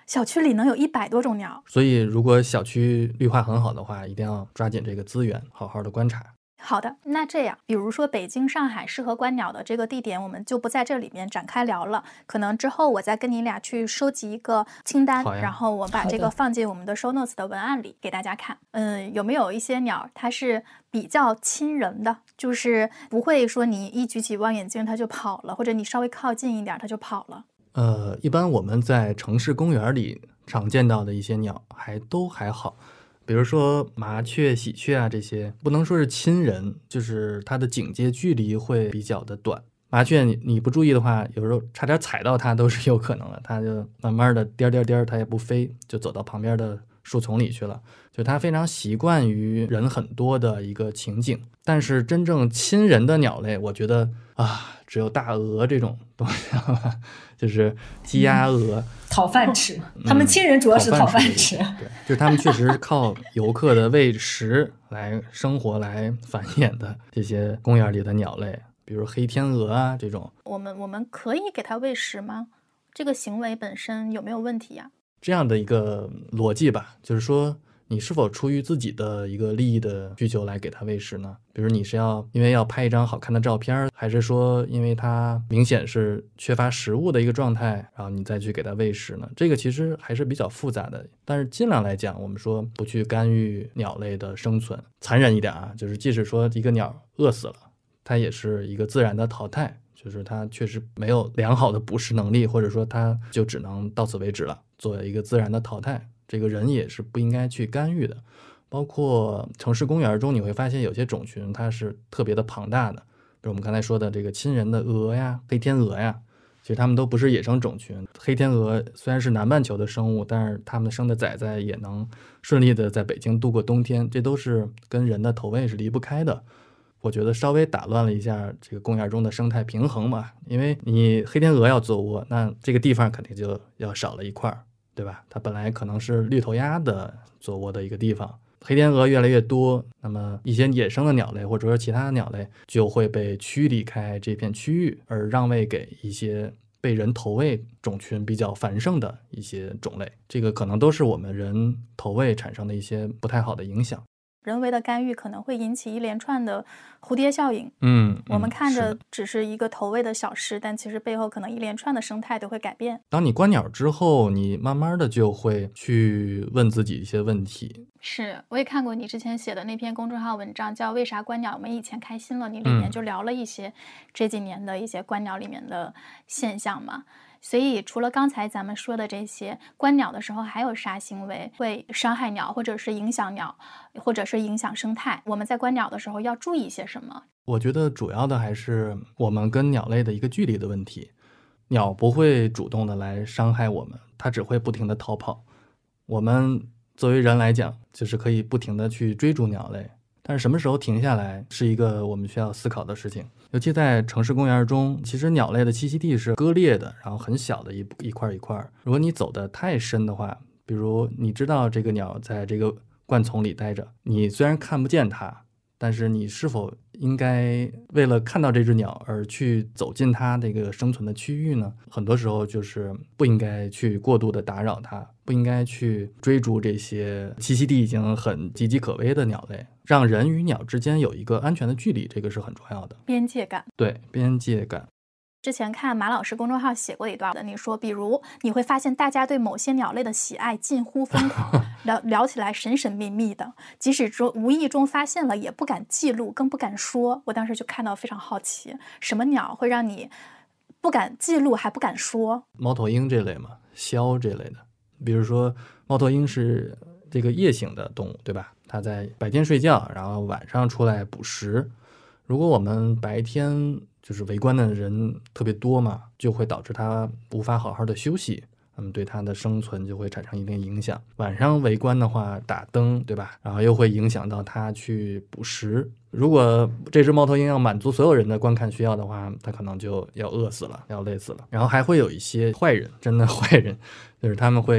小区里能有一百多种鸟。 所以如果小区绿化很好的话，一定要抓紧这个资源，好好的观察。 好的，那这样，比如说北京、上海适合观鸟的这个地点，我们就不在这里面展开聊了。可能之后我再跟你俩去收集一个清单，然后我把这个放进我们的 show notes 的文案里给大家看。嗯，有没有一些鸟它是比较亲人的，就是不会说你一举起望远镜它就跑了，或者你稍微靠近一点它就跑了？ 呃，一般我们在城市公园里常见到的一些鸟还都还好。比如说麻雀、喜鹊啊，这些不能说是亲人，就是它的警戒距离会比较的短。麻雀你你不注意的话，有时候差点踩到它都是有可能的，它就慢慢的颠颠颠，它也不飞，就走到旁边的树丛里去了。就它非常习惯于人很多的一个情景。但是真正亲人的鸟类，我觉得啊，只有大鹅这种东西，就是鸡鸭鹅、嗯、 讨饭吃。他们亲人主要是讨饭吃， 嗯、对，就是他们确实靠游客的喂食来生活、来繁衍的这些公园里的鸟类，比如黑天鹅啊这种。 我们我们可以给它喂食吗？这个行为本身有没有问题呀？ 这样的一个逻辑吧，就是说你是否出于自己的一个利益的需求来给它喂食呢？比如你是要因为要拍一张好看的照片，还是说因为它明显是缺乏食物的一个状态，然后你再去给它喂食呢？这个其实还是比较复杂的。但是尽量来讲，我们说不去干预鸟类的生存。残忍一点啊，就是即使说一个鸟饿死了，它也是一个自然的淘汰，就是它确实没有良好的捕食能力，或者说它就只能到此为止了，作为一个自然的淘汰。这个人也是不应该去干预的。包括城市公园中，你会发现有些种群它是特别的庞大的，比如我们刚才说的这个亲人的鹅呀、黑天鹅呀，其实它们都不是野生种群。黑天鹅虽然是南半球的生物，但是它们生的崽崽也能顺利的在北京度过冬天，这都是跟人的投喂是离不开的。我觉得稍微打乱了一下这个公园中的生态平衡嘛，因为你黑天鹅要做窝，那这个地方肯定就要少了一块，对吧？它本来可能是绿头鸭的做窝的一个地方，黑天鹅越来越多，那么一些野生的鸟类或者说其他鸟类就会被驱离开这片区域，而让位给一些被人投喂种群比较繁盛的一些种类。这个可能都是我们人投喂产生的一些不太好的影响。 人为的干预可能会引起一连串的蝴蝶效应。 嗯， 我们看着只是一个投喂的小事，但其实背后可能一连串的生态都会改变。 当你观鸟之后，你慢慢的就会去问自己一些问题。 是，我也看过你之前写的那篇公众号文章，叫为啥观鸟没以前开心了，你里面就聊了一些这几年的一些观鸟里面的现象嘛。所以除了刚才咱们说的这些，观鸟的时候还有啥行为会伤害鸟，或者是影响鸟，或者是影响生态？我们在观鸟的时候要注意一些什么？ 我觉得主要的还是我们跟鸟类的一个距离的问题。鸟不会主动的来伤害我们，它只会不停的逃跑。我们作为人来讲，就是可以不停的去追逐鸟类，但是什么时候停下来是一个我们需要思考的事情。尤其在城市公园中，其实鸟类的栖息地是割裂的，然后很小的一一块一块。如果你走得太深的话，比如你知道这个鸟在这个灌丛里待着，你虽然看不见它，但是你是否应该为了看到这只鸟而去走进它这个生存的区域呢？很多时候就是不应该去过度的打扰它，不应该去追逐这些栖息地已经很岌岌可危的鸟类，让人与鸟之间有一个安全的距离，这个是很重要的。 边界感。 对，边界感。 之前看马老师公众号写过一段的，你说比如你会发现大家对某些鸟类的喜爱近乎疯狂，聊聊起来神神秘秘的，即使说无意中发现了也不敢记录，更不敢说。我当时就看到非常好奇，什么鸟会让你不敢记录还不敢说？ 猫头鹰这类嘛，枭这类的。比如说猫头鹰是这个夜行的动物，对吧？它在白天睡觉，然后晚上出来捕食。如果我们白天就是围观的人特别多嘛，就会导致它无法好好的休息，那么对它的生存就会产生一定影响。晚上围观的话打灯，对吧？然后又会影响到它去捕食。如果这只猫头鹰要满足所有人的观看需要的话，它可能就要饿死了，要累死了。然后还会有一些坏人，真的坏人，就是他们会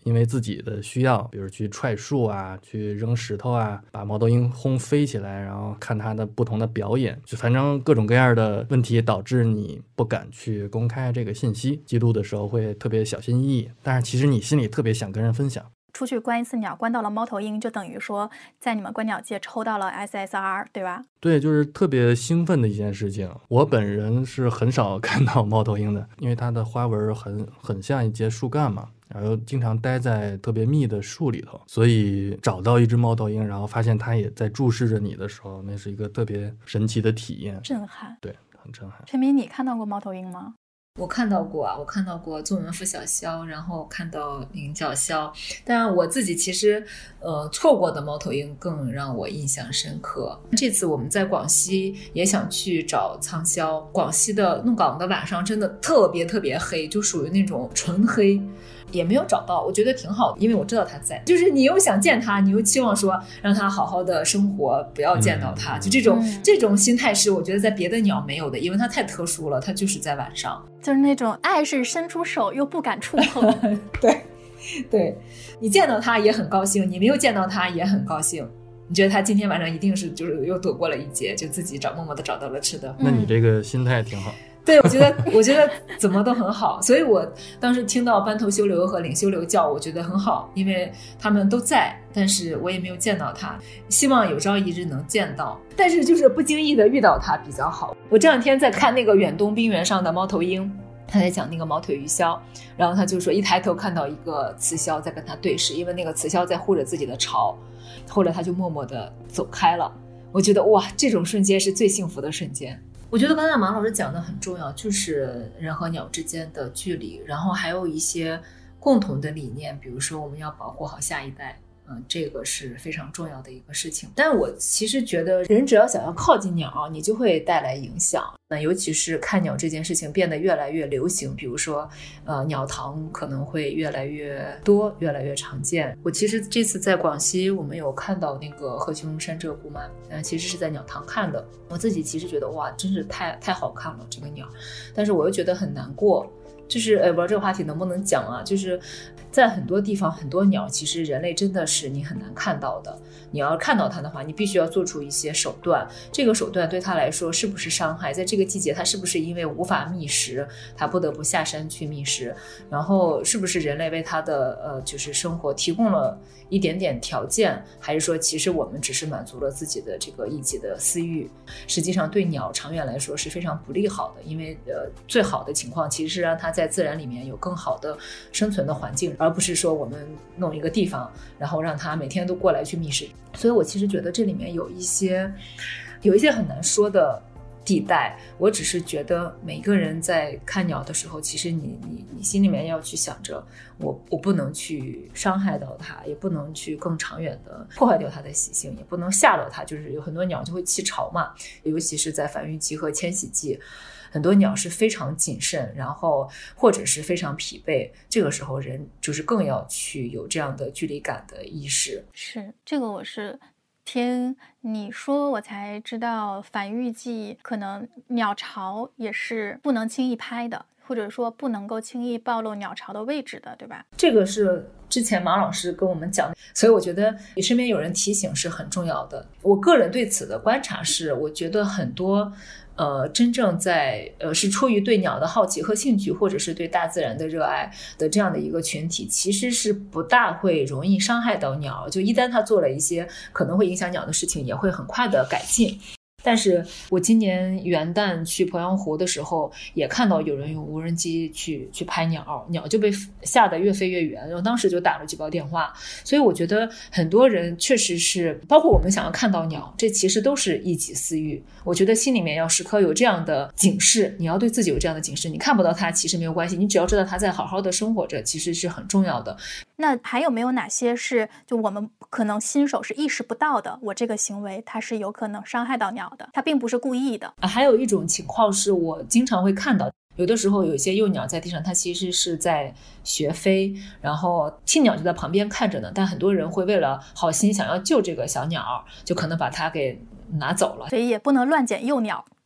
因为自己的需要，比如去踹树啊，去扔石头啊，把猫头鹰轰飞起来，然后看它的不同的表演，就反正各种各样的问题导致你不敢去公开这个信息，记录的时候会特别小心翼翼，但是其实你心里特别想跟人分享。 出去观一次鸟，观到了猫头鹰，就等于说在你们观鸟界抽到了 S S R， 对吧？ 对，就是特别兴奋的一件事情。我本人是很少看到猫头鹰的，因为它的花纹很很像一节树干嘛，然后经常待在特别密的树里头，所以找到一只猫头鹰，然后发现它也在注视着你的时候，那是一个特别神奇的体验， 震撼。 对，很震撼。 陈明，你看到过猫头鹰吗？ 我看到过啊，我看到过作文附小鸮，然后看到菱角鸮，但我自己其实呃错过的猫头鹰更让我印象深刻。这次我们在广西也想去找苍鸮，广西的怒港的晚上真的特别特别黑，就属于那种纯黑，也没有找到，我觉得挺好的，因为我知道他在，就是你又想见他，你又期望说让他好好的生活，不要见到他，嗯、就这种、嗯、这种心态是我觉得在别的鸟没有的，因为它太特殊了，它就是在晚上， 就是那种爱是伸出手又不敢触碰。 对对，你见到他也很高兴，你没有见到他也很高兴，你觉得他今天晚上一定是就是又躲过了一劫，就自己找默默的找到了吃的。 那你这个心态挺好。 对，我觉得我觉得怎么都很好，所以我当时听到斑头修流和领修流叫，我觉得很好，因为他们都在，但是我也没有见到他，希望有朝一日能见到，但是就是不经意的遇到他比较好。我这两天在看那个远东冰原上的猫头鹰，他在讲那个毛腿鱼鸮，然后他就说一抬头看到一个雌鸮在跟他对视，因为那个雌鸮在护着自己的巢，后来他就默默的走开了。我觉得哇，这种瞬间是最幸福的瞬间。我觉得刚才马老师讲的很重要，就是人和鸟之间的距离，然后还有一些共同的理念，比如说我们要保护好下一代，嗯，这个是非常重要的一个事情。但我其实觉得人只要想要靠近鸟，你就会带来影响。那尤其是看鸟这件事情变得越来越流行，比如说呃，鸟堂可能会越来越多，越来越常见。我其实这次在广西我们有看到那个鹤胸山鹧鸪嘛，呃，其实是在鸟堂看的。我自己其实觉得哇，真是太太好看了这个鸟，但是我又觉得很难过，就是呃，不知道这个话题能不能讲啊，就是在很多地方很多鸟其实人类真的是你很难看到的，你要看到它的话你必须要做出一些手段，这个手段对它来说是不是伤害，在这个季节它是不是因为无法觅食它不得不下山去觅食，然后是不是人类为它的呃就是生活提供了一点点条件，还是说其实我们只是满足了自己的这个一己的私欲，实际上对鸟长远来说是非常不利好的，因为呃最好的情况其实是让它在自然里面有更好的生存的环境，而不是说我们弄一个地方然后让它每天都过来去觅食。所以我其实觉得这里面有一些有一些很难说的地带，我只是觉得每个人在看鸟的时候，其实你你你心里面要去想着我我不能去伤害到它，也不能去更长远的破坏掉它的习性，也不能吓到它，就是有很多鸟就会弃巢嘛，尤其是在繁育季和迁徙季，很多鸟是非常谨慎，然后或者是非常疲惫，这个时候人就是更要去有这样的距离感的意识。 是，这个我是听你说我才知道，繁育季可能鸟巢也是不能轻易拍的，或者说不能够轻易暴露鸟巢的位置的，对吧？ 这个是之前马老师跟我们讲，所以我觉得你身边有人提醒是很重要的。我个人对此的观察是，我觉得很多呃，真正在呃是出于对鸟的好奇和兴趣，或者是对大自然的热爱的这样的一个群体，其实是不大会容易伤害到鸟，就一旦他做了一些可能会影响鸟的事情，也会很快的改进。但是我今年元旦去鄱阳湖的时候，也看到有人用无人机去去拍鸟，鸟就被吓得越飞越远，然后当时就打了举报电话。所以我觉得很多人确实是，包括我们想要看到鸟，这其实都是一己私欲。我觉得心里面要时刻有这样的警示，你要对自己有这样的警示，你看不到它其实没有关系，你只要知道它在好好的生活着，其实是很重要的。 那还有没有哪些是就我们可能新手是意识不到的，我这个行为它是有可能伤害到鸟的，它并不是故意的。 还有一种情况是我经常会看到，有的时候有一些幼鸟在地上，它其实是在学飞，然后亲鸟就在旁边看着呢，但很多人会为了好心想要救这个小鸟，就可能把它给拿走了。 所以也不能乱捡幼鸟，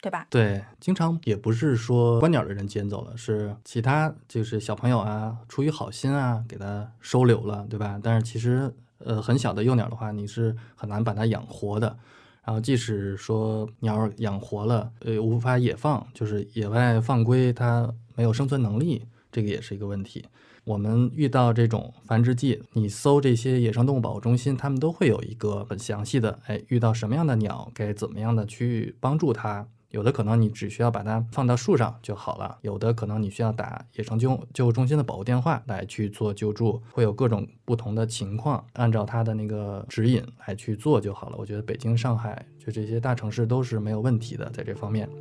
对吧？ 对，经常也不是说观鸟的人捡走了，是其他就是小朋友啊，出于好心啊，给它收留了，对吧？但是其实呃很小的幼鸟的话，你是很难把它养活的。然后即使说鸟养活了，呃无法野放，就是野外放归，它没有生存能力，这个也是一个问题。我们遇到这种繁殖季，你搜这些野生动物保护中心，他们都会有一个很详细的，哎，遇到什么样的鸟该怎么样的去帮助它。有的可能你只需要把它放到树上就好了，有的可能你需要打野生救救护中心的保护电话来去做救助，会有各种不同的情况，按照它的那个指引来去做就好了。我觉得北京、上海就这些大城市都是没有问题的，在这方面。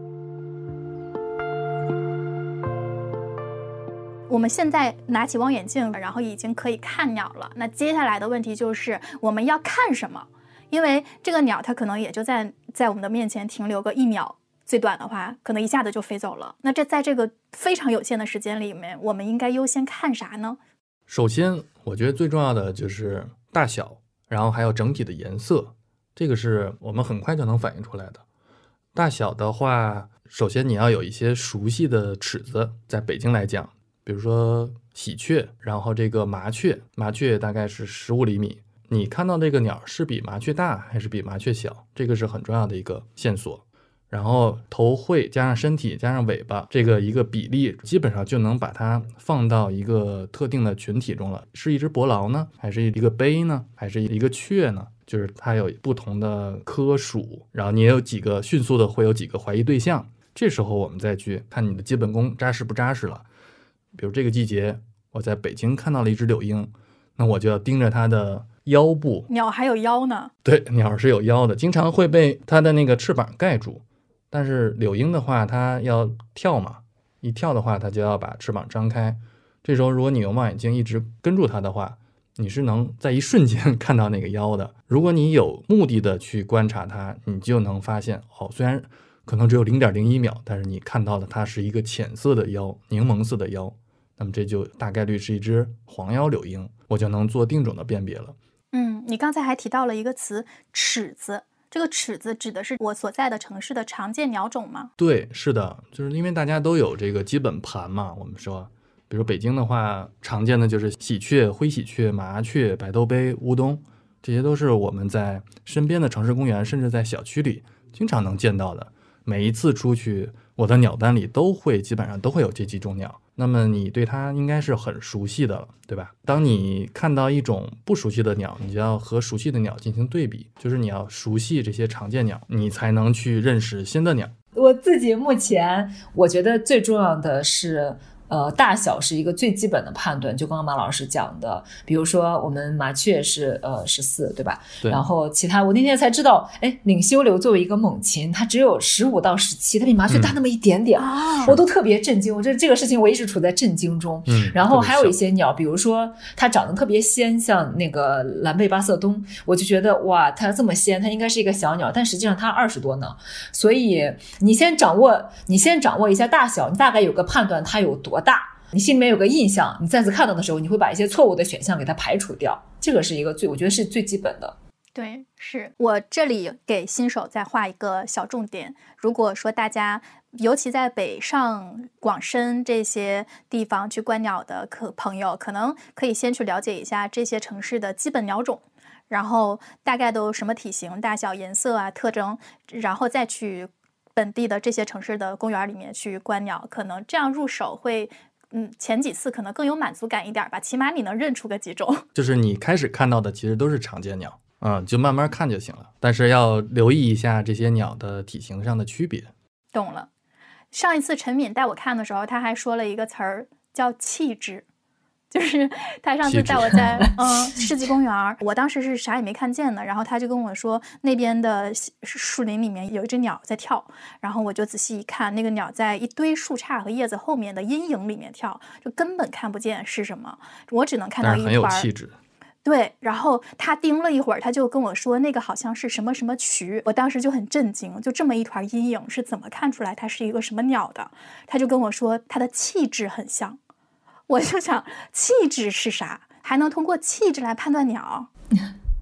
我们现在拿起望远镜，然后已经可以看鸟了。那接下来的问题就是我们要看什么？因为这个鸟它可能也就在在我们的面前停留个一秒，最短的话可能一下子就飞走了。那这在这个非常有限的时间里面，我们应该优先看啥呢？ 首先我觉得最重要的就是大小，然后还有整体的颜色，这个是我们很快就能反映出来的。大小的话，首先你要有一些熟悉的尺子，在北京来讲，比如说喜鹊，然后这个麻雀，麻雀大概是十五厘米，你看到这个鸟是比麻雀大还是比麻雀小，这个是很重要的一个线索。然后头喙加上身体加上尾巴，这个一个比例基本上就能把它放到一个特定的群体中了。是一只伯劳呢，还是一个鹎呢，还是一个雀呢？就是它有不同的科属，然后你也有几个迅速的会有几个怀疑对象，这时候我们再去看你的基本功扎实不扎实了。比如这个季节我在北京看到了一只柳莺，那我就要盯着它的腰部。 鸟还有腰呢？ 对，鸟是有腰的，经常会被它的那个翅膀盖住。但是柳莺的话，它要跳嘛，一跳的话，它就要把翅膀张开。这时候，如果你用望远镜一直跟住它的话，你是能在一瞬间看到那个腰的。如果你有目的的去观察它，你就能发现，哦，虽然可能只有 零点零一秒，但是你看到的它是一个浅色的腰，柠檬色的腰，那么这就大概率是一只黄腰柳莺，我就能做定种的辨别了。 嗯，你刚才还提到了一个词，尺子。这个尺子指的是我所在的城市的常见鸟种吗？ 对，是的，就是因为大家都有这个基本盘嘛。我们说，比如北京的话，常见的就是喜鹊、灰喜鹊、麻雀、白头鹎、乌冬，这些都是我们在身边的城市公园，甚至在小区里经常能见到的。每一次出去，我的鸟单里都会基本上都会有这几种鸟。那么你对它应该是很熟悉的了，对吧？当你看到一种不熟悉的鸟，你就要和熟悉的鸟进行对比，就是你要熟悉这些常见鸟，你才能去认识新的鸟。 我自己目前我觉得最重要的是呃，大小是一个最基本的判断，就刚刚马老师讲的，比如说我们麻雀是呃十四，对吧？ 对。 然后其他，我那天才知道，哎，领袖流作为一个猛禽，它只有十五到十七，它比麻雀大那么一点点，嗯、我都特别震惊。我这这个事情我一直处在震惊中。 嗯。 然后还有一些鸟，比如说它长得特别鲜，像那个蓝背八色鸫，我就觉得哇，它这么鲜，它应该是一个小鸟，但实际上它二十多呢。所以你先掌握，你先掌握一下大小，你大概有个判断它有多大，你心里面有个印象，你再次看到的时候，你会把一些错误的选项给它排除掉。这个是一个最，我觉得是最基本的。 对，是我这里给新手再画一个小重点。如果说大家尤其在北上广深这些地方去观鸟的可朋友，可能可以先去了解一下这些城市的基本鸟种，然后大概都什么体型、大小、颜色啊、特征，然后再去本地的这些城市的公园里面去观鸟，可能这样入手会嗯，前几次可能更有满足感一点吧，起码你能认出个几种。就是你开始看到的其实都是常见鸟，嗯，就慢慢看就行了，但是要留意一下这些鸟的体型上的区别。 懂了。上一次陈敏带我看的时候，他还说了一个词儿叫气质。就是他上次带我在嗯世纪公园，我当时是啥也没看见的，然后他就跟我说那边的树林里面有一只鸟在跳，然后我就仔细一看，那个鸟在一堆树杈和叶子后面的阴影里面跳，就根本看不见是什么，我只能看到一团。 但是很有气质。 对，然后他盯了一会儿，他就跟我说那个好像是什么什么渠，我当时就很震惊，就这么一团阴影是怎么看出来它是一个什么鸟的？他就跟我说它的气质很像。我就想气质是啥？还能通过气质来判断鸟？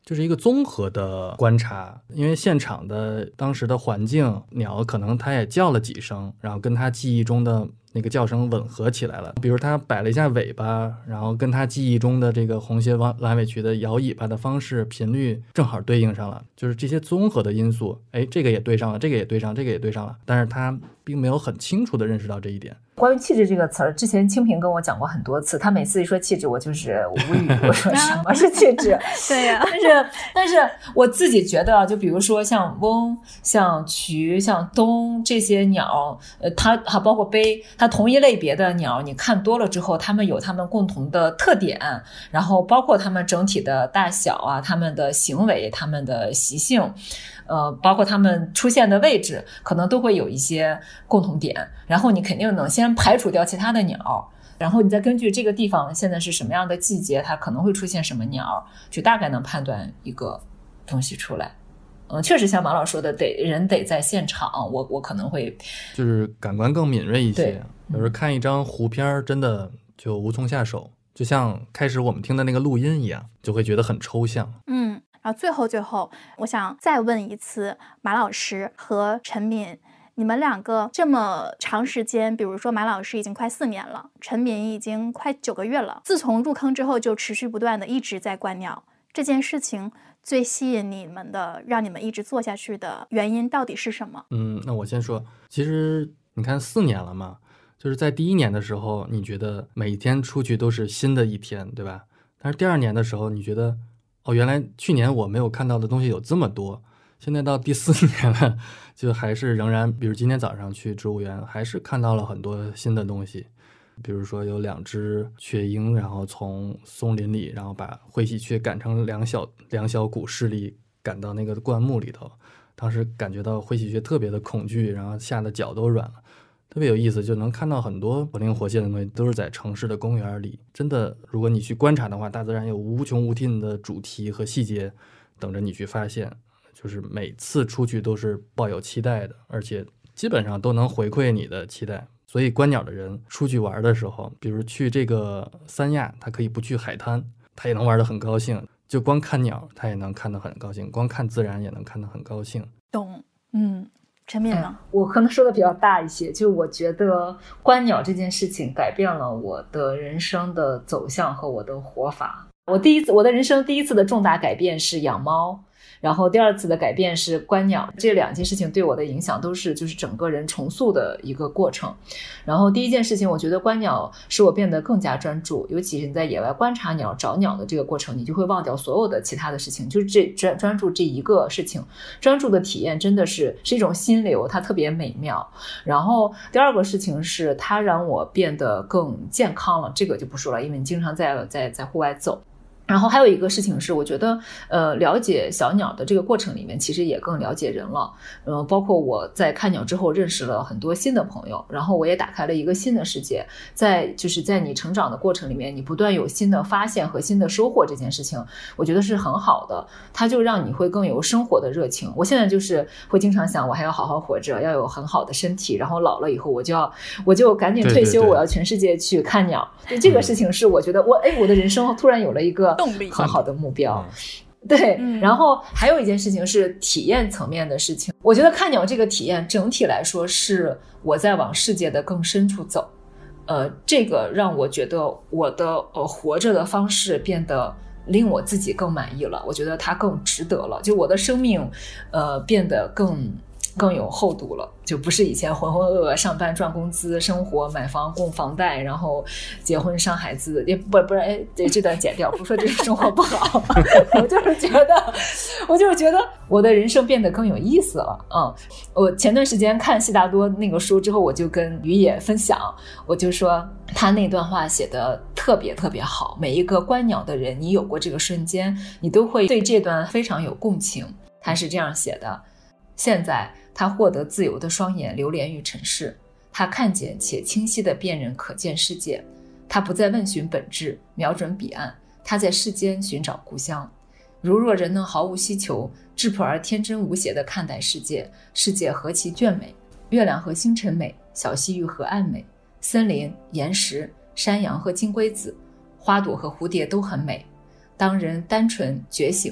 就是一个综合的观察，因为现场的当时的环境，鸟可能它也叫了几声，然后跟它记忆中的那个叫声吻合起来了。比如它摆了一下尾巴，然后跟它记忆中的这个红鞋蓝尾鸲的摇尾巴的方式频率正好对应上了，就是这些综合的因素，哎，这个也对上了，这个也对上，这个也对上了，但是它并没有很清楚地认识到这一点。 关于气质这个词儿，之前清平跟我讲过很多次，他每次一说气质，我就是无语。我说什么是气质？ 对呀、啊， 但是但是我自己觉得，就比如说像翁、像渠、像东这些鸟，呃，它还包括杯，它同一类别的鸟，你看多了之后，它们有它们共同的特点，然后包括它们整体的大小啊，它们的行为、它们的习性。呃，包括它们出现的位置，可能都会有一些共同点，然后你肯定能先排除掉其他的鸟，然后你再根据这个地方现在是什么样的季节，它可能会出现什么鸟，就大概能判断一个东西出来。嗯，确实像马老说的，得人得在现场，我我可能会就是感官更敏锐一些。有时候看一张湖片真的就无从下手，就像开始我们听的那个录音一样，就会觉得很抽象。 嗯。然后最后最后我想再问一次，马老师和陈敏，你们两个这么长时间，比如说马老师已经快四年了，陈敏已经快九个月了，自从入坑之后就持续不断的一直在观鸟，这件事情最吸引你们的，让你们一直做下去的原因到底是什么？ 嗯，那我先说，其实你看四年了嘛，就是在第一年的时候你觉得每天出去都是新的一天，对吧？但是第二年的时候你觉得哦，原来去年我没有看到的东西有这么多，现在到第四年了，就还是仍然，比如今天早上去植物园，还是看到了很多新的东西，比如说有两只雀鹰，然后从松林里，然后把灰喜鹊赶成两小两小股势力赶到那个灌木里头，当时感觉到灰喜鹊特别的恐惧，然后吓得脚都软了。特别有意思，就能看到很多活灵活现的东西都是在城市的公园里。真的，如果你去观察的话，大自然有无穷无尽的主题和细节等着你去发现，就是每次出去都是抱有期待的，而且基本上都能回馈你的期待。所以观鸟的人出去玩的时候，比如去这个三亚，他可以不去海滩，他也能玩得很高兴，就光看鸟他也能看得很高兴，光看自然也能看得很高兴。 懂。嗯，陈敏呢？ 我可能说的比较大一些，就我觉得观鸟这件事情改变了我的人生的走向和我的活法。我第一次，我的人生第一次的重大改变是养猫，然后第二次的改变是观鸟，这两件事情对我的影响都是就是整个人重塑的一个过程。然后第一件事情，我觉得观鸟使我变得更加专注，尤其是在野外观察鸟找鸟的这个过程，你就会忘掉所有的其他的事情，就是这专专注这一个事情，专注的体验真的是是一种心流，它特别美妙。然后第二个事情是它让我变得更健康了，这个就不说了，因为你经常在在在户外走。然后还有一个事情是，我觉得，呃，了解小鸟的这个过程里面，其实也更了解人了。嗯、呃，包括我在看鸟之后认识了很多新的朋友，然后我也打开了一个新的世界。在就是在你成长的过程里面，你不断有新的发现和新的收获，这件事情，我觉得是很好的。它就让你会更有生活的热情。我现在就是会经常想，我还要好好活着，要有很好的身体，然后老了以后我就要我就赶紧退休， 对对对， 我要全世界去看鸟。对这个事情是我觉得我哎，我的人生突然有了一个动力， 很好的目标。对、嗯，然后还有一件事情是体验层面的事情。我觉得看鸟这个体验整体来说是我在往世界的更深处走，呃，这个让我觉得我的呃活着的方式变得令我自己更满意了。我觉得它更值得了，就我的生命呃变得更更有厚度了，就不是以前浑浑噩噩上班赚工资生活买房供房贷然后结婚生孩子，也不不是哎这这段剪掉，不是说这个生活不好我就是觉得我就是觉得我的人生变得更有意思了。嗯，我前段时间看悉达多那个书之后，我就跟于野分享，我就说他那段话写得特别特别好，每一个观鸟的人，你有过这个瞬间，你都会对这段非常有共情。他是这样写的：现在他获得自由的双眼流连于尘世，他看见且清晰地辨认可见世界，他不再问寻本质，瞄准彼岸，他在世间寻找故乡。如若人能毫无希求，质朴而天真无邪地看待世界，世界何其隽美，月亮和星辰美，小溪与河岸美，森林、岩石、山羊和金龟子，花朵和蝴蝶都很美。当人单纯觉醒，不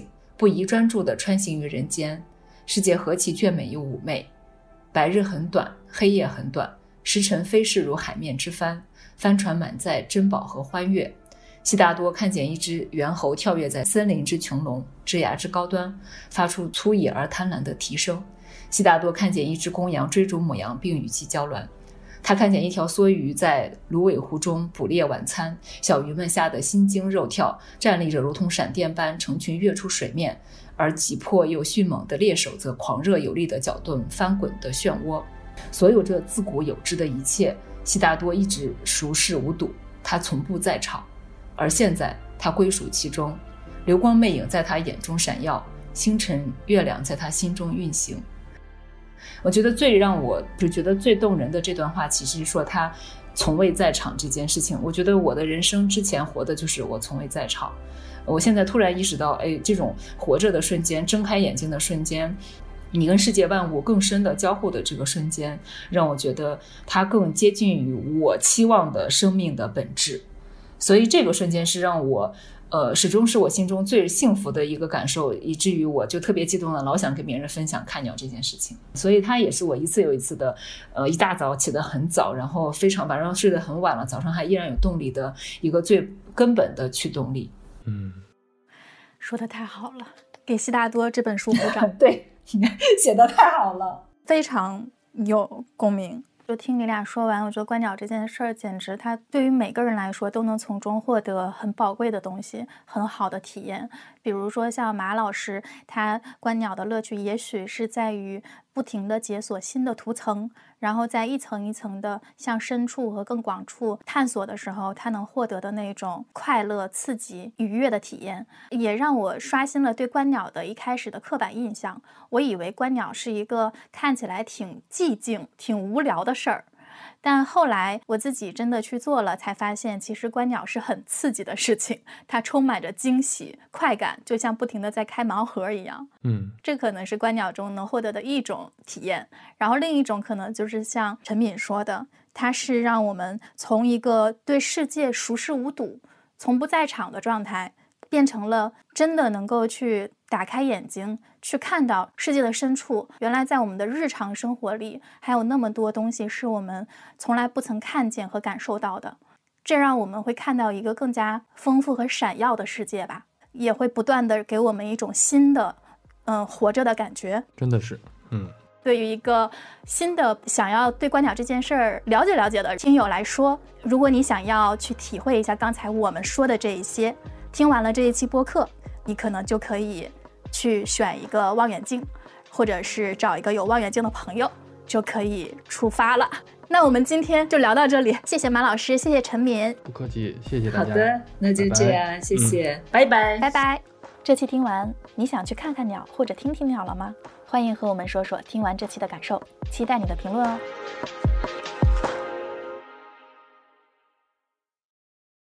不宜专注地穿行于人间。世界何其眷美又妩媚，白日很短，黑夜很短，时辰飞逝如海面之帆，帆船满载珍宝和欢悦。悉达多看见一只猿猴跳跃在森林之穹隆，枝桠之高端，发出粗野而贪婪的啼声。悉达多看见一只公羊追逐母羊，并与其交鸾。他看见一条梭鱼在芦苇湖中捕猎晚餐，小鱼们吓得心惊肉跳，站立着如同闪电般成群跃出水面，而急迫又迅猛的猎手则狂热有力地搅动翻滚的漩涡。所有这自古有之的一切，悉达多一直熟视无睹，他从不在场。而现在他归属其中，流光魅影在他眼中闪耀，星辰月亮在他心中运行。我觉得最让我就觉得最动人的这段话，其实是说他从未在场这件事情。我觉得我的人生之前活的就是我从未在场，我现在突然意识到，哎，这种活着的瞬间，睁开眼睛的瞬间，你跟世界万物更深的交互的这个瞬间，让我觉得它更接近于我期望的生命的本质。所以这个瞬间是让我呃，始终是我心中最幸福的一个感受，以至于我就特别激动的老想跟别人分享看鸟这件事情。所以它也是我一次又一次的呃，一大早起得很早，然后非常晚上睡得很晚了，早上还依然有动力的一个最根本的驱动力。 嗯， 说得太好了，给悉达多这本书鼓掌。 对，写得太好了， 非常有共鸣。就听你俩说完，我觉得观鸟这件事儿简直它对于每个人来说都能从中获得很宝贵的东西，很好的体验。比如说像马老师，他观鸟的乐趣也许是在于不停地解锁新的图层，然后在一层一层的向深处和更广处探索的时候，他能获得的那种快乐、刺激、愉悦的体验，也让我刷新了对观鸟的一开始的刻板印象。我以为观鸟是一个看起来挺寂静、挺无聊的事儿，但后来我自己真的去做了，才发现其实观鸟是很刺激的事情，它充满着惊喜、快感，就像不停地在开盲盒一样。 嗯， 这可能是观鸟中能获得的一种体验。然后另一种可能就是像陈敏说的，它是让我们从一个对世界熟视无睹、从不在场的状态，变成了真的能够去打开眼睛，去看到世界的深处。原来在我们的日常生活里，还有那么多东西是我们从来不曾看见和感受到的。这让我们会看到一个更加丰富和闪耀的世界吧，也会不断的给我们一种新的嗯，活着的感觉。 真的是，嗯。 对于一个新的想要对观鸟这件事儿了解了解的听友来说，如果你想要去体会一下刚才我们说的这一些，听完了这一期播客，你可能就可以去选一个望远镜，或者是找一个有望远镜的朋友，就可以出发了。那我们今天就聊到这里，谢谢马老师，谢谢陈敏。 不客气，谢谢大家。 好的，那就这样，拜拜，谢谢，嗯，拜拜， 拜拜。这期听完，你想去看看鸟或者听听鸟了吗？欢迎和我们说说听完这期的感受，期待你的评论哦。